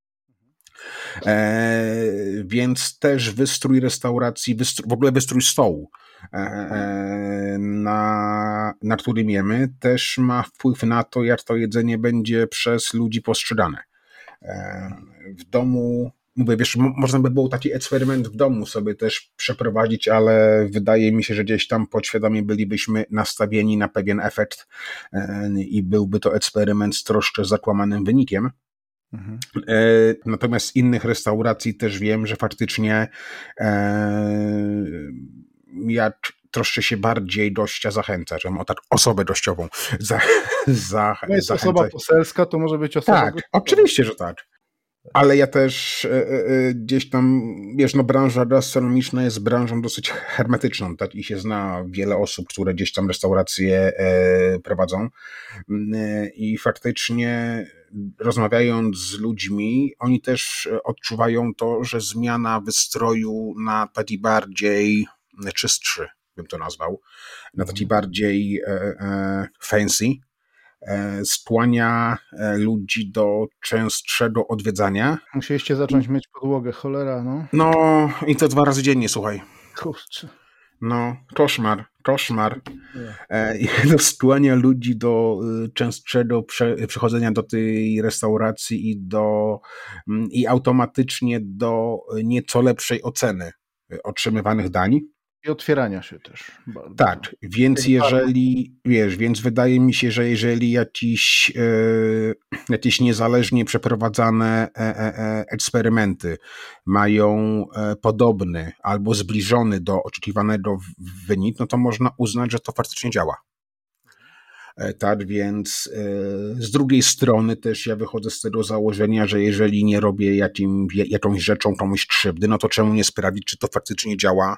Więc też wystrój restauracji, w ogóle wystrój stołu, na którym jemy, też ma wpływ na to, jak to jedzenie będzie przez ludzi postrzegane. W domu, mówię, można by było taki eksperyment w domu sobie też przeprowadzić, ale wydaje mi się, że gdzieś tam podświadomie bylibyśmy nastawieni na pewien efekt i byłby to eksperyment z troszkę zakłamanym wynikiem. Natomiast z innych restauracji też wiem, że faktycznie jak troszkę się bardziej gościa zachęca, że o tak osobę gościową jest osoba poselska, to może być osoba tak, oczywiście, że tak. Ale ja też gdzieś tam, branża gastronomiczna jest branżą dosyć hermetyczną, tak? I się zna wiele osób, które gdzieś tam restauracje prowadzą i faktycznie rozmawiając z ludźmi, oni też odczuwają to, że zmiana wystroju na taki bardziej czystszy, bym to nazwał, na taki bardziej fancy, skłania ludzi do częstszego odwiedzania. Musieliście zacząć myć podłogę, cholera, no. No i to 2 razy dziennie, słuchaj. Kurczę. No, koszmar. To skłania ludzi do częstszego przychodzenia do tej restauracji i automatycznie do nieco lepszej oceny otrzymywanych dań. I otwierania się też. Bardzo. Tak, więc więc wydaje mi się, że jeżeli jakieś niezależnie przeprowadzane eksperymenty mają podobny albo zbliżony do oczekiwanego wynik, no to można uznać, że to faktycznie działa. Tak, więc z drugiej strony też ja wychodzę z tego założenia, że jeżeli nie robię jakąś rzeczą komuś krzywdy, no to czemu nie sprawdzić, czy to faktycznie działa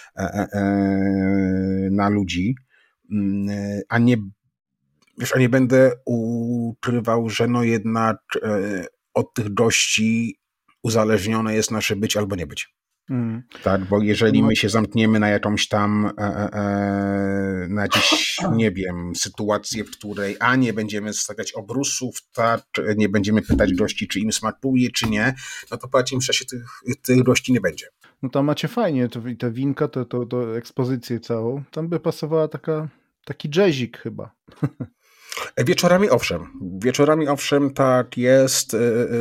na ludzi, a nie będę ukrywał, że no jednak od tych gości uzależnione jest nasze być albo nie być. Tak, bo jeżeli my się zamkniemy na jakąś tam na jakieś, nie wiem, sytuację, w której nie będziemy stawiać obrusów, tak, nie będziemy pytać gości, czy im smakuje, czy nie, no to po jakimś czasie tych gości nie będzie. No tam macie fajnie, te winka, to ekspozycję całą, tam by pasowała taki jazzik chyba. Wieczorami owszem, tak jest,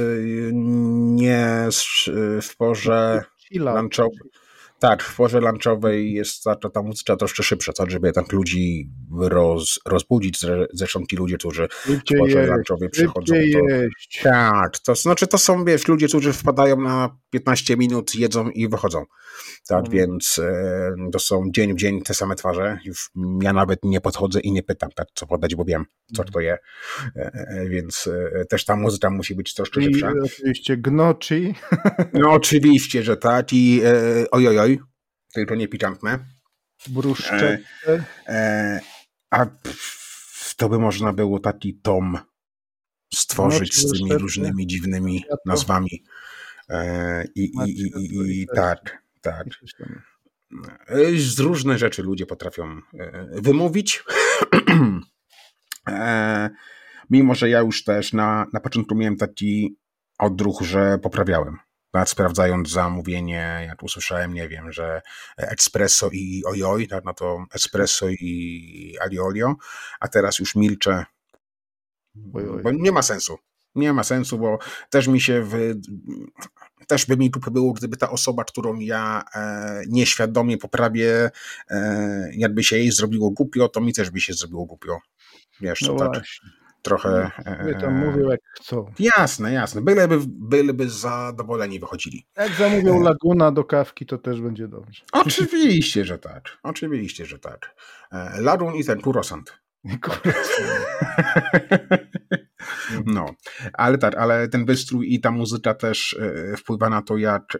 nie w porze lunchowej. Tak, w porze lunchowej jest ta muzyka troszkę szybsza, tak, żeby tak ludzi rozbudzić. Zresztą ci ludzie, którzy w porze lunchowej przychodzą. Tak, to znaczy to są, ludzie, którzy wpadają na 15 minut, jedzą i wychodzą. Tak, więc to są dzień w dzień te same twarze. Już ja nawet nie podchodzę i nie pytam, tak, co podać, bo wiem, co to je. Więc też ta muzyka musi być troszkę szybsza. I oczywiście gnocchi. No oczywiście, że tak. I ojojoj, tylko nie pikantne. Bruszcze. A to by można było taki tom stworzyć z tymi różnymi dziwnymi nazwami. Tak. Z różne rzeczy ludzie potrafią wymówić. Mimo, że ja już też na początku miałem taki odruch, że poprawiałem. Tak, sprawdzając zamówienie, jak usłyszałem, nie wiem, że espresso i ojoj, tak, no to espresso i aliolio, a teraz już milczę, bo nie ma sensu. Nie ma sensu, bo też też by mi tu było, gdyby ta osoba, którą ja nieświadomie poprawię, jakby się jej zrobiło głupio, to mi też by się zrobiło głupio. Wiesz, no tak trochę... My tam mówią jak chcą. Jasne. Byleby zadowoleni wychodzili. Jak zamówią Laguna do kawki, to też będzie dobrze. Oczywiście, że tak. Lagun i ten kurosant. No, ale ten wystrój i ta muzyka też wpływa na to, jak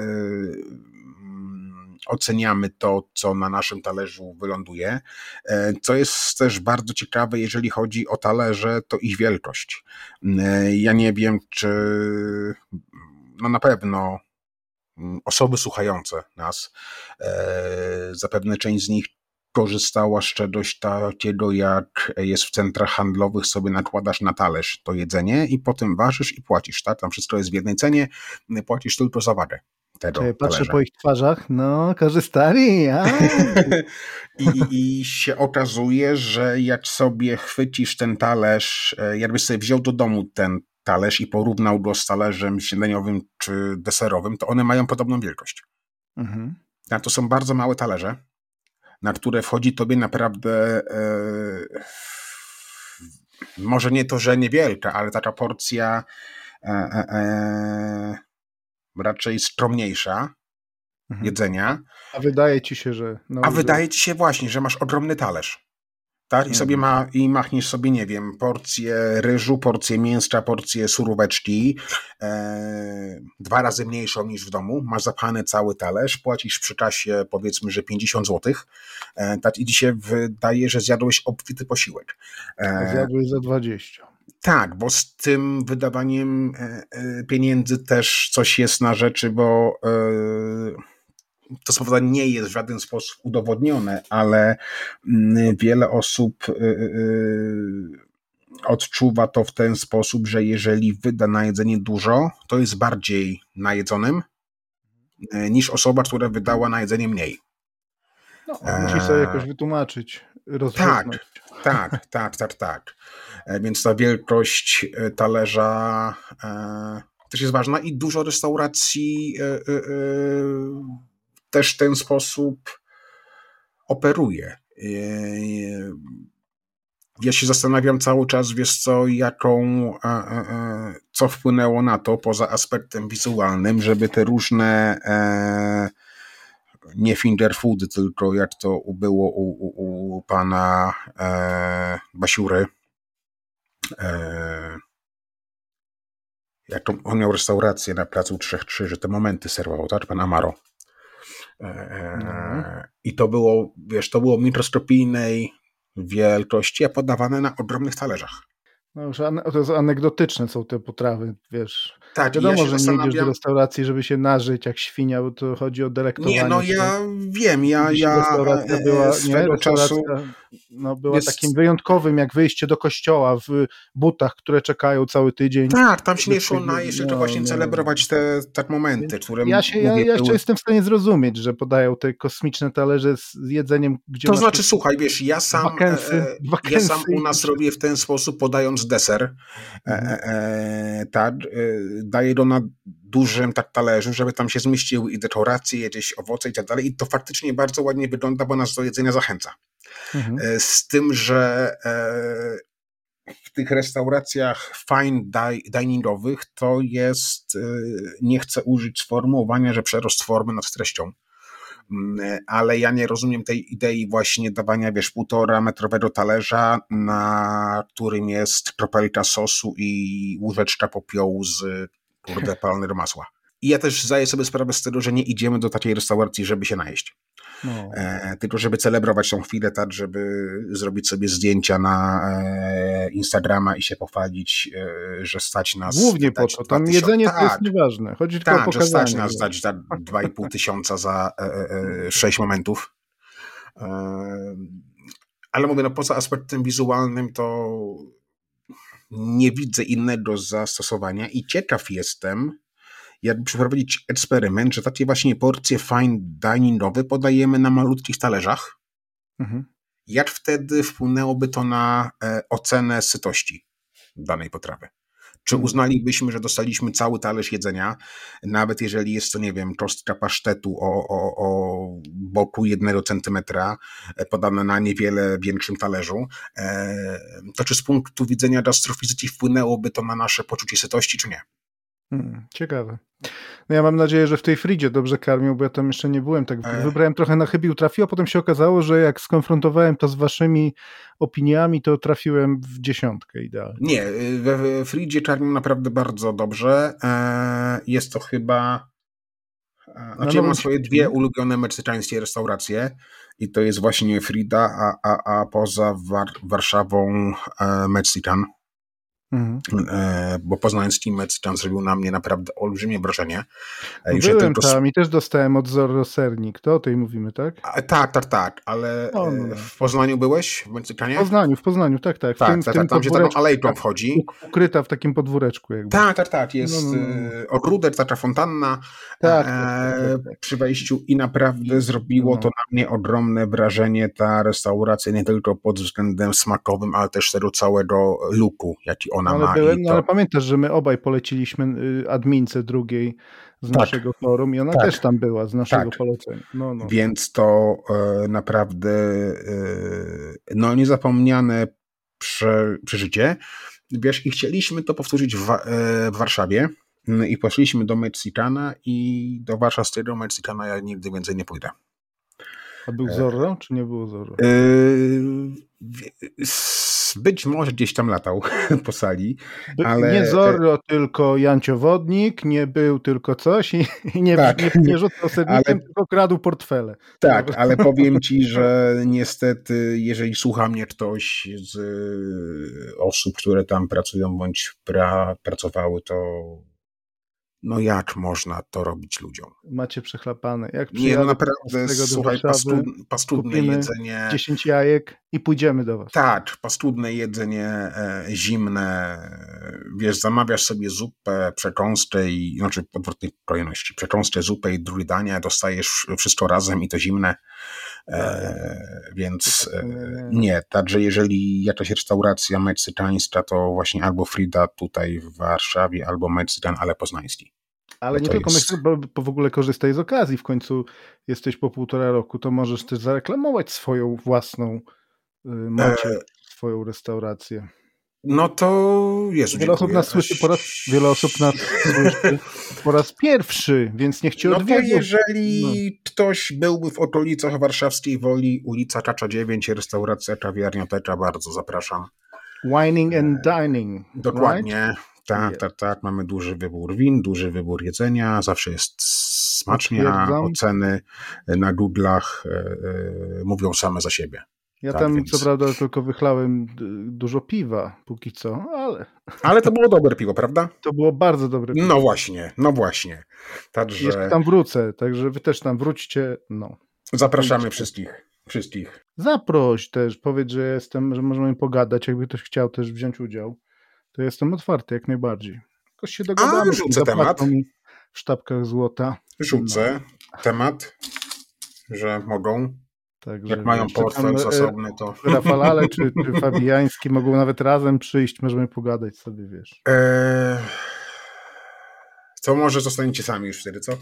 oceniamy to, co na naszym talerzu wyląduje. Co jest też bardzo ciekawe, jeżeli chodzi o talerze, to ich wielkość. Ja nie wiem, czy na pewno osoby słuchające nas, zapewne część z nich korzystała z czegoś takiego, jak jest w centrach handlowych, sobie nakładasz na talerz to jedzenie i potem ważysz i płacisz, tak? Tam wszystko jest w jednej cenie, płacisz tylko za wagę tego patrzę talerza. po ich twarzach, korzystali. I się okazuje, że jak sobie chwycisz ten talerz, jakbyś sobie wziął do domu ten talerz i porównał go z talerzem śniadaniowym czy deserowym, to one mają podobną wielkość. Mhm. To są bardzo małe talerze, na które wchodzi tobie naprawdę może nie to, że niewielka, ale taka porcja raczej skromniejsza jedzenia. A wydaje ci się, że... wydaje ci się właśnie, że masz ogromny talerz. Tak? I sobie machniesz sobie, nie wiem, porcję ryżu, porcję mięska, porcję suróweczki, 2 razy mniejszą niż w domu, masz zapchany cały talerz, płacisz przy kasie powiedzmy, że 50 zł, tak? I ci się wydaje, że zjadłeś obfity posiłek. Zjadłeś za 20. Tak, bo z tym wydawaniem pieniędzy też coś jest na rzeczy, bo to słowo nie jest w żaden sposób udowodnione, ale wiele osób odczuwa to w ten sposób, że jeżeli wyda na jedzenie dużo, to jest bardziej najedzonym niż osoba, która wydała na jedzenie mniej. Musisz sobie jakoś wytłumaczyć, rozwiązać. Tak. Więc ta wielkość talerza też jest ważna i dużo restauracji też w ten sposób operuje. Ja się zastanawiam cały czas, wiesz co, co wpłynęło na to, poza aspektem wizualnym, żeby te różne nie finger foody, tylko jak to było u pana Basiury. On miał restaurację na placu Trzech Krzyży, te momenty serwował, tak? Pan Amaro. I to było, wiesz, to było mikroskopijnej wielkości, a podawane na ogromnych talerzach. Już to jest anegdotyczne są te potrawy, wiesz. Tak, wiadomo, że nie idziesz do restauracji, żeby się nażyć jak świnia, bo to chodzi o delektowanie. Nie, ja wiem, restauracja była swego czasu była takim wyjątkowym, jak wyjście do kościoła w butach, które czekają cały tydzień. Tak, tam się nie szło na jeszcze właśnie celebrować te momenty, które ja jeszcze jestem w stanie zrozumieć, że podają te kosmiczne talerze z jedzeniem, gdzie... To znaczy, słuchaj, wiesz, ja sam u nas robię w ten sposób, podając deser, tak, daję go na dużym tak talerzu, żeby tam się zmieściły i dekoracje, jakieś owoce i tak dalej, i to faktycznie bardzo ładnie wygląda, bo nas do jedzenia zachęca. Z tym, że w tych restauracjach fine diningowych to jest, nie chcę użyć sformułowania, że przerost formy nad treścią, ale ja nie rozumiem tej idei właśnie dawania, wiesz, 1,5-metrowego talerza, na którym jest kropelka sosu i łyżeczka popiołu z palonego masła. I ja też zdaję sobie sprawę z tego, że nie idziemy do takiej restauracji, żeby się najeść. No. Tylko żeby celebrować tą chwilę, tak, żeby zrobić sobie zdjęcia na Instagrama i się pochwalić, że stać nas... Głównie po to, tam jedzenie to jest nieważne, chodzi tylko o pokazanie. Że stać nas dać za 2,5 tysiąca za 6 momentów. Ale mówię, no poza aspektem wizualnym to nie widzę innego zastosowania i ciekaw jestem, jakby przeprowadzić eksperyment, że takie właśnie porcje fine diningowe podajemy na malutkich talerzach. Jak wtedy wpłynęłoby to na ocenę sytości danej potrawy? Czy uznalibyśmy, że dostaliśmy cały talerz jedzenia, nawet jeżeli jest to, nie wiem, kostka pasztetu o boku 1 centymetra podana na niewiele większym talerzu, to czy z punktu widzenia gastrofizyki wpłynęłoby to na nasze poczucie sytości, czy nie? Ciekawe. No ja mam nadzieję, że w tej Fridzie dobrze karmią, bo ja tam jeszcze nie byłem. Tak wybrałem trochę na chybił trafił, a potem się okazało, że jak skonfrontowałem to z waszymi opiniami, to trafiłem w 10 idealnie. Nie, we Fridzie karmią naprawdę bardzo dobrze. Jest to chyba... Znaczy ja mam swoje 2 ulubione meksykańskie restauracje i to jest właśnie Frida, a poza Warszawą Mexican. Bo poznając Team Mexican zrobił na mnie naprawdę olbrzymie wrażenie. Byłem tam i też dostałem od Zorro sernik, to o tej mówimy, tak? Tak, ale w Poznaniu byłeś? W Mexicanie? W Poznaniu, tak. Tam się taką alejką wchodzi. Ukryta w takim podwóreczku jakby. Tak, jest ogródek, taka fontanna przy wejściu i naprawdę zrobiło to na mnie ogromne wrażenie, ta restauracja, nie tylko pod względem smakowym, ale też tego całego looku, jaki ona ma. Ale pamiętasz, że my obaj poleciliśmy admince drugiej z naszego forum i ona też tam była z naszego polecenia. Więc to naprawdę niezapomniane przeżycie. Wiesz, i chcieliśmy to powtórzyć w Warszawie i poszliśmy do Mexicana i do warszawskiego Mexicana ja nigdy więcej nie pójdę. A był Zorro, czy nie było Zorro? Być może gdzieś tam latał po sali, ale... Nie Zorro, tylko Jancio Wodnik, nie był tylko coś i nie rzucał sernikiem, tylko kradł portfele. Tak, ale powiem ci, że niestety, jeżeli słucha mnie ktoś z osób, które tam pracują bądź pracowały, to jak można to robić ludziom? Macie przechlapane. Jak naprawdę, słuchaj, paskudne jedzenie. 10 jajek i pójdziemy do was. Tak, paskudne jedzenie zimne. Wiesz, zamawiasz sobie zupę, przekąskę odwrotnej kolejności. Przekąskę, zupę i drugie danie, dostajesz wszystko razem i to zimne. Więc nie. Także jeżeli jakaś restauracja meksykańska, to właśnie albo Frida tutaj w Warszawie, albo Mexican, ale poznański. Ale nie tylko bo w ogóle korzystaj z okazji. W końcu jesteś po 1,5 roku, to możesz też zareklamować swoją własną swoją restaurację. No to Jezu, wiele osób nas słyszy po raz pierwszy, więc niech cię odwiedzą. No to jeżeli ktoś byłby w okolicach warszawskiej Woli, ulica Czacza 9, restauracja, kawiarnia Tecza, bardzo zapraszam. Wining and dining. Dokładnie. Right? Tak. Mamy duży wybór win, duży wybór jedzenia, zawsze jest smacznie, a oceny na Google'ach mówią same za siebie. Ja tam co prawda tylko wychlałem dużo piwa póki co, ale... Ale to było dobre piwo, prawda? To było bardzo dobre piwo. No właśnie. Także... Jeszcze tam wrócę, także wy też tam wróćcie. Zapraszamy wszystkich. Zaproś też, powiedz, że możemy pogadać, jakby ktoś chciał też wziąć udział. To jestem otwarty jak najbardziej. Jakoś się dogadamy. Rzucę temat. W sztabkach złota. Rzucę temat, że mogą. Także jak mają portfel zasobny, to... Rafalale czy Fabiański mogą nawet razem przyjść, możemy pogadać sobie, wiesz. To może zostaniecie sami już wtedy, co?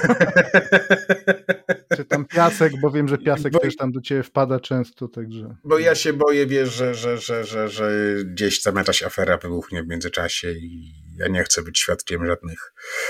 Czy tam Piasek, bo wiem, że Piasek też tam do ciebie wpada często, także... Bo ja się boję, wiesz, że gdzieś tam jakaś afera wybuchnie w międzyczasie i ja nie chcę być świadkiem żadnych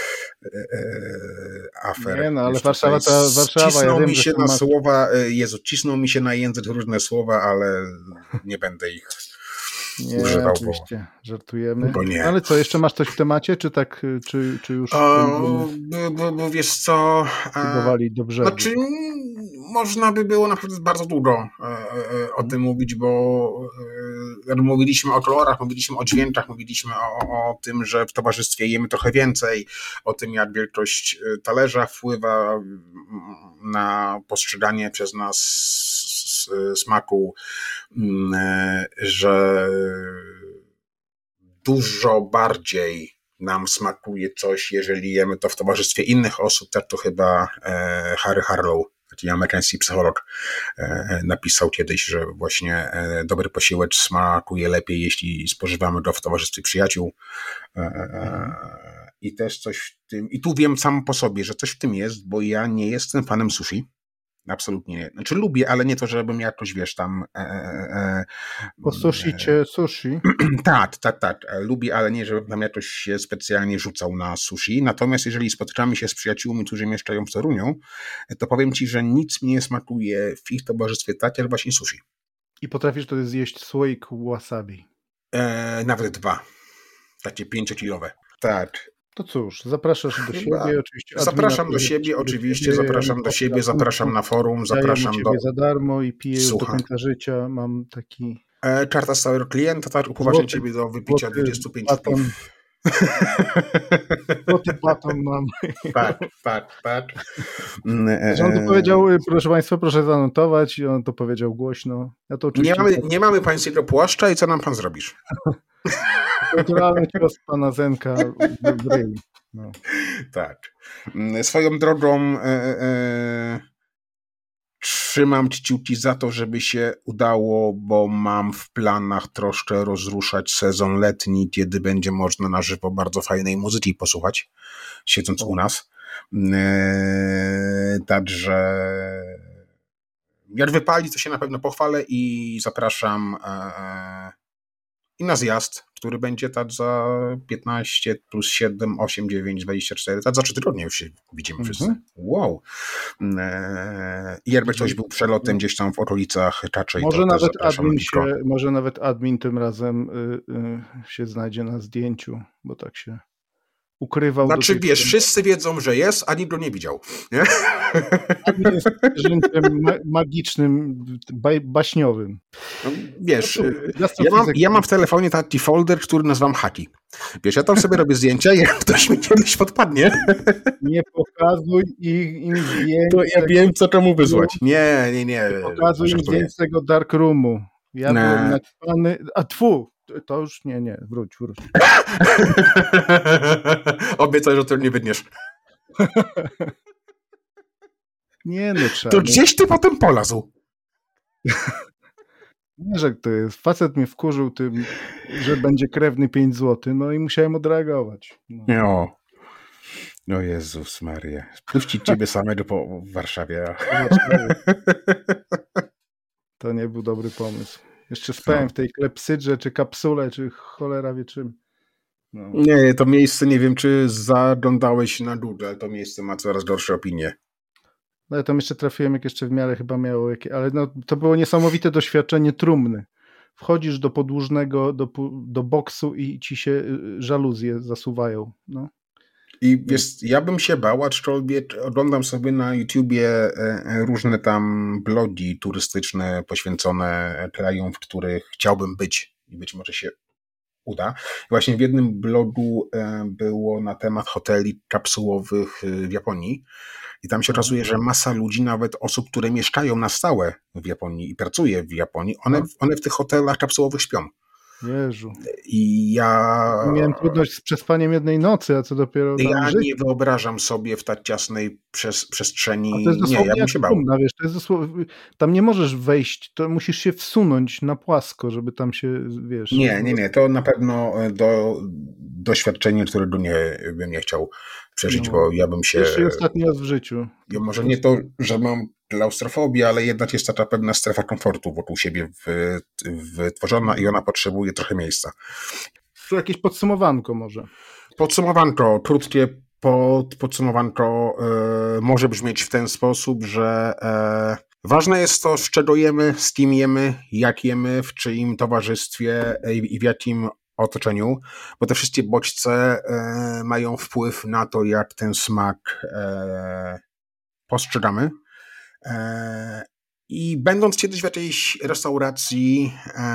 afer. Nie, ale Warszawa. Cisną mi się na słowa, cisną mi się na język różne słowa, ale nie będę ich używał. Oczywiście, żartujemy. Bo nie. Ale co, jeszcze masz coś w temacie, czy tak, czy już... Bo wiesz co... Próbowali do brzegu. Znaczy, można by było naprawdę bardzo dużo o tym mówić, bo mówiliśmy o kolorach, mówiliśmy o dźwiękach, mówiliśmy o tym, że w towarzystwie jemy trochę więcej, o tym, jak wielkość talerza wpływa na postrzeganie przez nas smaku, że dużo bardziej nam smakuje coś, jeżeli jemy to w towarzystwie innych osób. Tak to chyba Harry Harlow, taki amerykański psycholog, napisał kiedyś, że właśnie dobry posiłek smakuje lepiej, jeśli spożywamy go w towarzystwie przyjaciół. I też coś w tym, i tu wiem sam po sobie, że coś w tym jest, bo ja nie jestem fanem sushi. Absolutnie nie. Znaczy lubię, ale nie to, żebym jakoś, wiesz, tam... Po sushi cię sushi? Tak. Lubię, ale nie, żebym tam jakoś się specjalnie rzucał na sushi. Natomiast jeżeli spotykamy się z przyjaciółmi, którzy mieszkają w Toruniu, to powiem ci, że nic mi nie smakuje w ich towarzystwie tak, jak właśnie sushi. I potrafisz wtedy zjeść słoik wasabi? Nawet 2. Takie 5-kilowe. Tak. To cóż, zapraszasz do siebie oczywiście. Zapraszam do siebie, oczywiście, zapraszam na forum, zapraszam do... za darmo i piję już do końca życia, mam taki... Karta stałego klienta, tak, upoważniam ciebie do wypicia 25 piw. Złoty baton mam. Tak. Rząd powiedział, proszę państwa, proszę zanotować i on to powiedział głośno. Ja to oczywiście... nie mamy pańskiego płaszcza i co nam pan zrobisz? Kulturalny cios pana Zenka w ryj. No. Tak. Swoją drogą trzymam kciuki za to, żeby się udało, bo mam w planach troszkę rozruszać sezon letni, kiedy będzie można na żywo bardzo fajnej muzyki posłuchać, siedząc u nas. Także jak wypali, to się na pewno pochwalę i zapraszam i na zjazd, który będzie tak za 15 plus 7, 8, 9, 24, tak za 3 tygodnie już się widzimy wszyscy. Wow. I jakby ktoś był przelotem gdzieś tam w okolicach raczej, może nawet admin tym razem się znajdzie na zdjęciu, bo tak się ukrywał. Znaczy wiesz, wszyscy wiedzą, że jest, a nikt go nie widział. Nie? Admin jest zwierzęciem magicznym, baśniowym. No, wiesz, ja mam w telefonie taki folder, który nazywam Haki. Wiesz, ja tam sobie robię zdjęcia i jak ktoś mi kiedyś podpadnie... Nie pokazuj im zdjęć. To ja wiem, co czemu wysłać. Nie. Nie pokazuj im zdjęć tego dark roomu. Ja byłem naćpany... To już nie, wróć. Obiecaj, że to nie wydniesz. Nie, trzeba. To gdzieś ty potem polazł. Nie, że to jest. Facet mnie wkurzył tym, że będzie krewny 5 zł, no i musiałem odreagować. No Jezus Maria. Puścić ciebie samego po Warszawie. To nie był dobry pomysł. Jeszcze spałem w tej klepsydrze, czy kapsule, czy cholera wie czym. No. Nie, to miejsce, nie wiem, czy zaglądałeś na Google, ale to miejsce ma coraz gorsze opinie. No ja tam jeszcze trafiłem, jak jeszcze w miarę chyba miało ale no, to było niesamowite doświadczenie trumny. Wchodzisz do podłużnego, do boksu i ci się żaluzje zasuwają. No. I wiesz, ja bym się bał, aczkolwiek oglądam sobie na YouTubie różne tam blogi turystyczne poświęcone krajom, w których chciałbym być i być może się uda. Właśnie w jednym blogu było na temat hoteli kapsułowych w Japonii i tam się okazuje, że masa ludzi, nawet osób, które mieszkają na stałe w Japonii i pracuje w Japonii, one w tych hotelach kapsułowych śpią. Jezu. I ja... Miałem trudność z przespaniem jednej nocy, a co dopiero... Ja nie wyobrażam sobie w tak ciasnej przestrzeni... To jest nie, ja bym się bał. Wiesz, to jest tam nie możesz wejść, to musisz się wsunąć na płasko, żeby tam się, wiesz... Nie, to na pewno doświadczenie, którego bym nie chciał przeżyć, bo ja bym się... Jeszcze ostatni raz w życiu. Ja może nie to, że mam klaustrofobię, ale jednak jest taka pewna strefa komfortu wokół siebie wytworzona i ona potrzebuje trochę miejsca. To jakieś podsumowanko może? Podsumowanko, krótkie podsumowanko może brzmieć w ten sposób, że ważne jest to, z czego jemy, z kim jemy, jak jemy, w czyim towarzystwie i w jakim otoczeniu, bo te wszystkie bodźce mają wpływ na to, jak ten smak postrzegamy. I będąc kiedyś w jakiejś restauracji,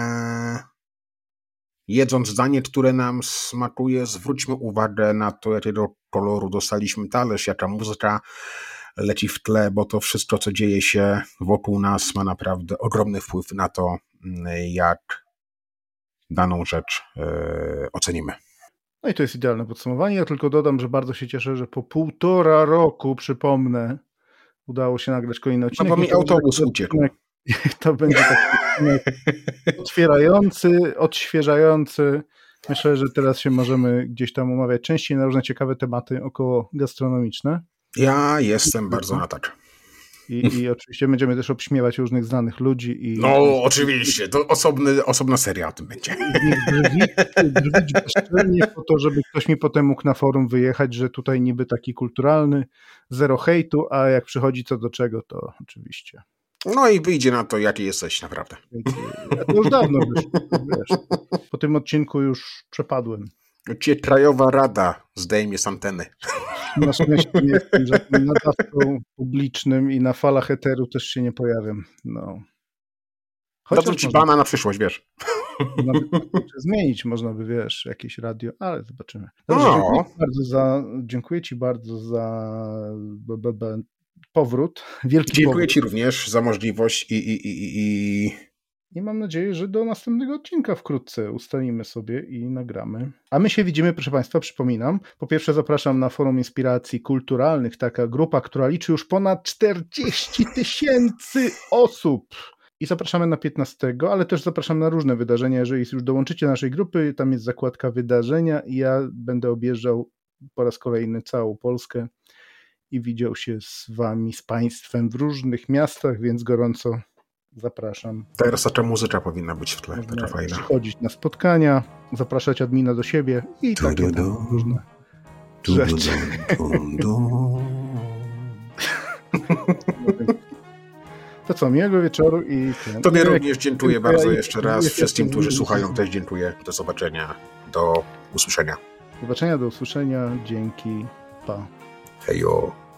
jedząc danie, które nam smakuje, zwróćmy uwagę na to, jakiego koloru dostaliśmy talerz, jaka muzyka leci w tle, bo to wszystko, co dzieje się wokół nas, ma naprawdę ogromny wpływ na to, jak daną rzecz ocenimy. No i to jest idealne podsumowanie. Ja tylko dodam, że bardzo się cieszę, że po 1,5 roku, przypomnę, udało się nagrać kolejny odcinek. No bo mi autobus uciekł. To będzie taki otwierający, odświeżający. Myślę, że teraz się możemy gdzieś tam umawiać częściej na różne ciekawe tematy około gastronomiczne. Ja jestem bardzo na tak. I oczywiście będziemy też obśmiewać różnych znanych ludzi. No oczywiście, to osobna seria o tym będzie. Drwić bezczelnie po to, żeby ktoś mi potem mógł na forum wyjechać, że tutaj niby taki kulturalny, zero hejtu, a jak przychodzi co do czego, to oczywiście. No i wyjdzie na to, jaki jesteś naprawdę. Ja to już dawno wiesz. Po tym odcinku już przepadłem. Cię Krajowa Rada zdejmie z anteny. Na szczęście nie jestem żadnym nadawcą publicznym i na falach eteru też się nie pojawiam. No. Dadzą ci bana na przyszłość, wiesz. Zmienić można by, wiesz, jakieś radio, ale zobaczymy. Dobrze, dziękuję ci bardzo za powrót. Wielki dziękuję powrót. ci również za możliwość I mam nadzieję, że do następnego odcinka wkrótce ustalimy sobie i nagramy. A my się widzimy, proszę Państwa, przypominam. Po pierwsze zapraszam na Forum Inspiracji Kulturalnych, taka grupa, która liczy już ponad 40 000 osób. I zapraszamy na 15, ale też zapraszam na różne wydarzenia. Jeżeli już dołączycie do naszej grupy, tam jest zakładka wydarzenia i ja będę objeżdżał po raz kolejny całą Polskę i widział się z Wami, z Państwem w różnych miastach, więc gorąco zapraszam. Teraz taka muzyka powinna być w tle, taka fajna. Przychodzić na spotkania, zapraszać admina do siebie i takie tam różne rzeczy. To co, miłego wieczoru i... Tobie również dziękuję bardzo jeszcze raz. Wszystkim, którzy słuchają, też dziękuję. Do zobaczenia, do usłyszenia. Do zobaczenia, do usłyszenia. Dzięki. Pa. Hejo.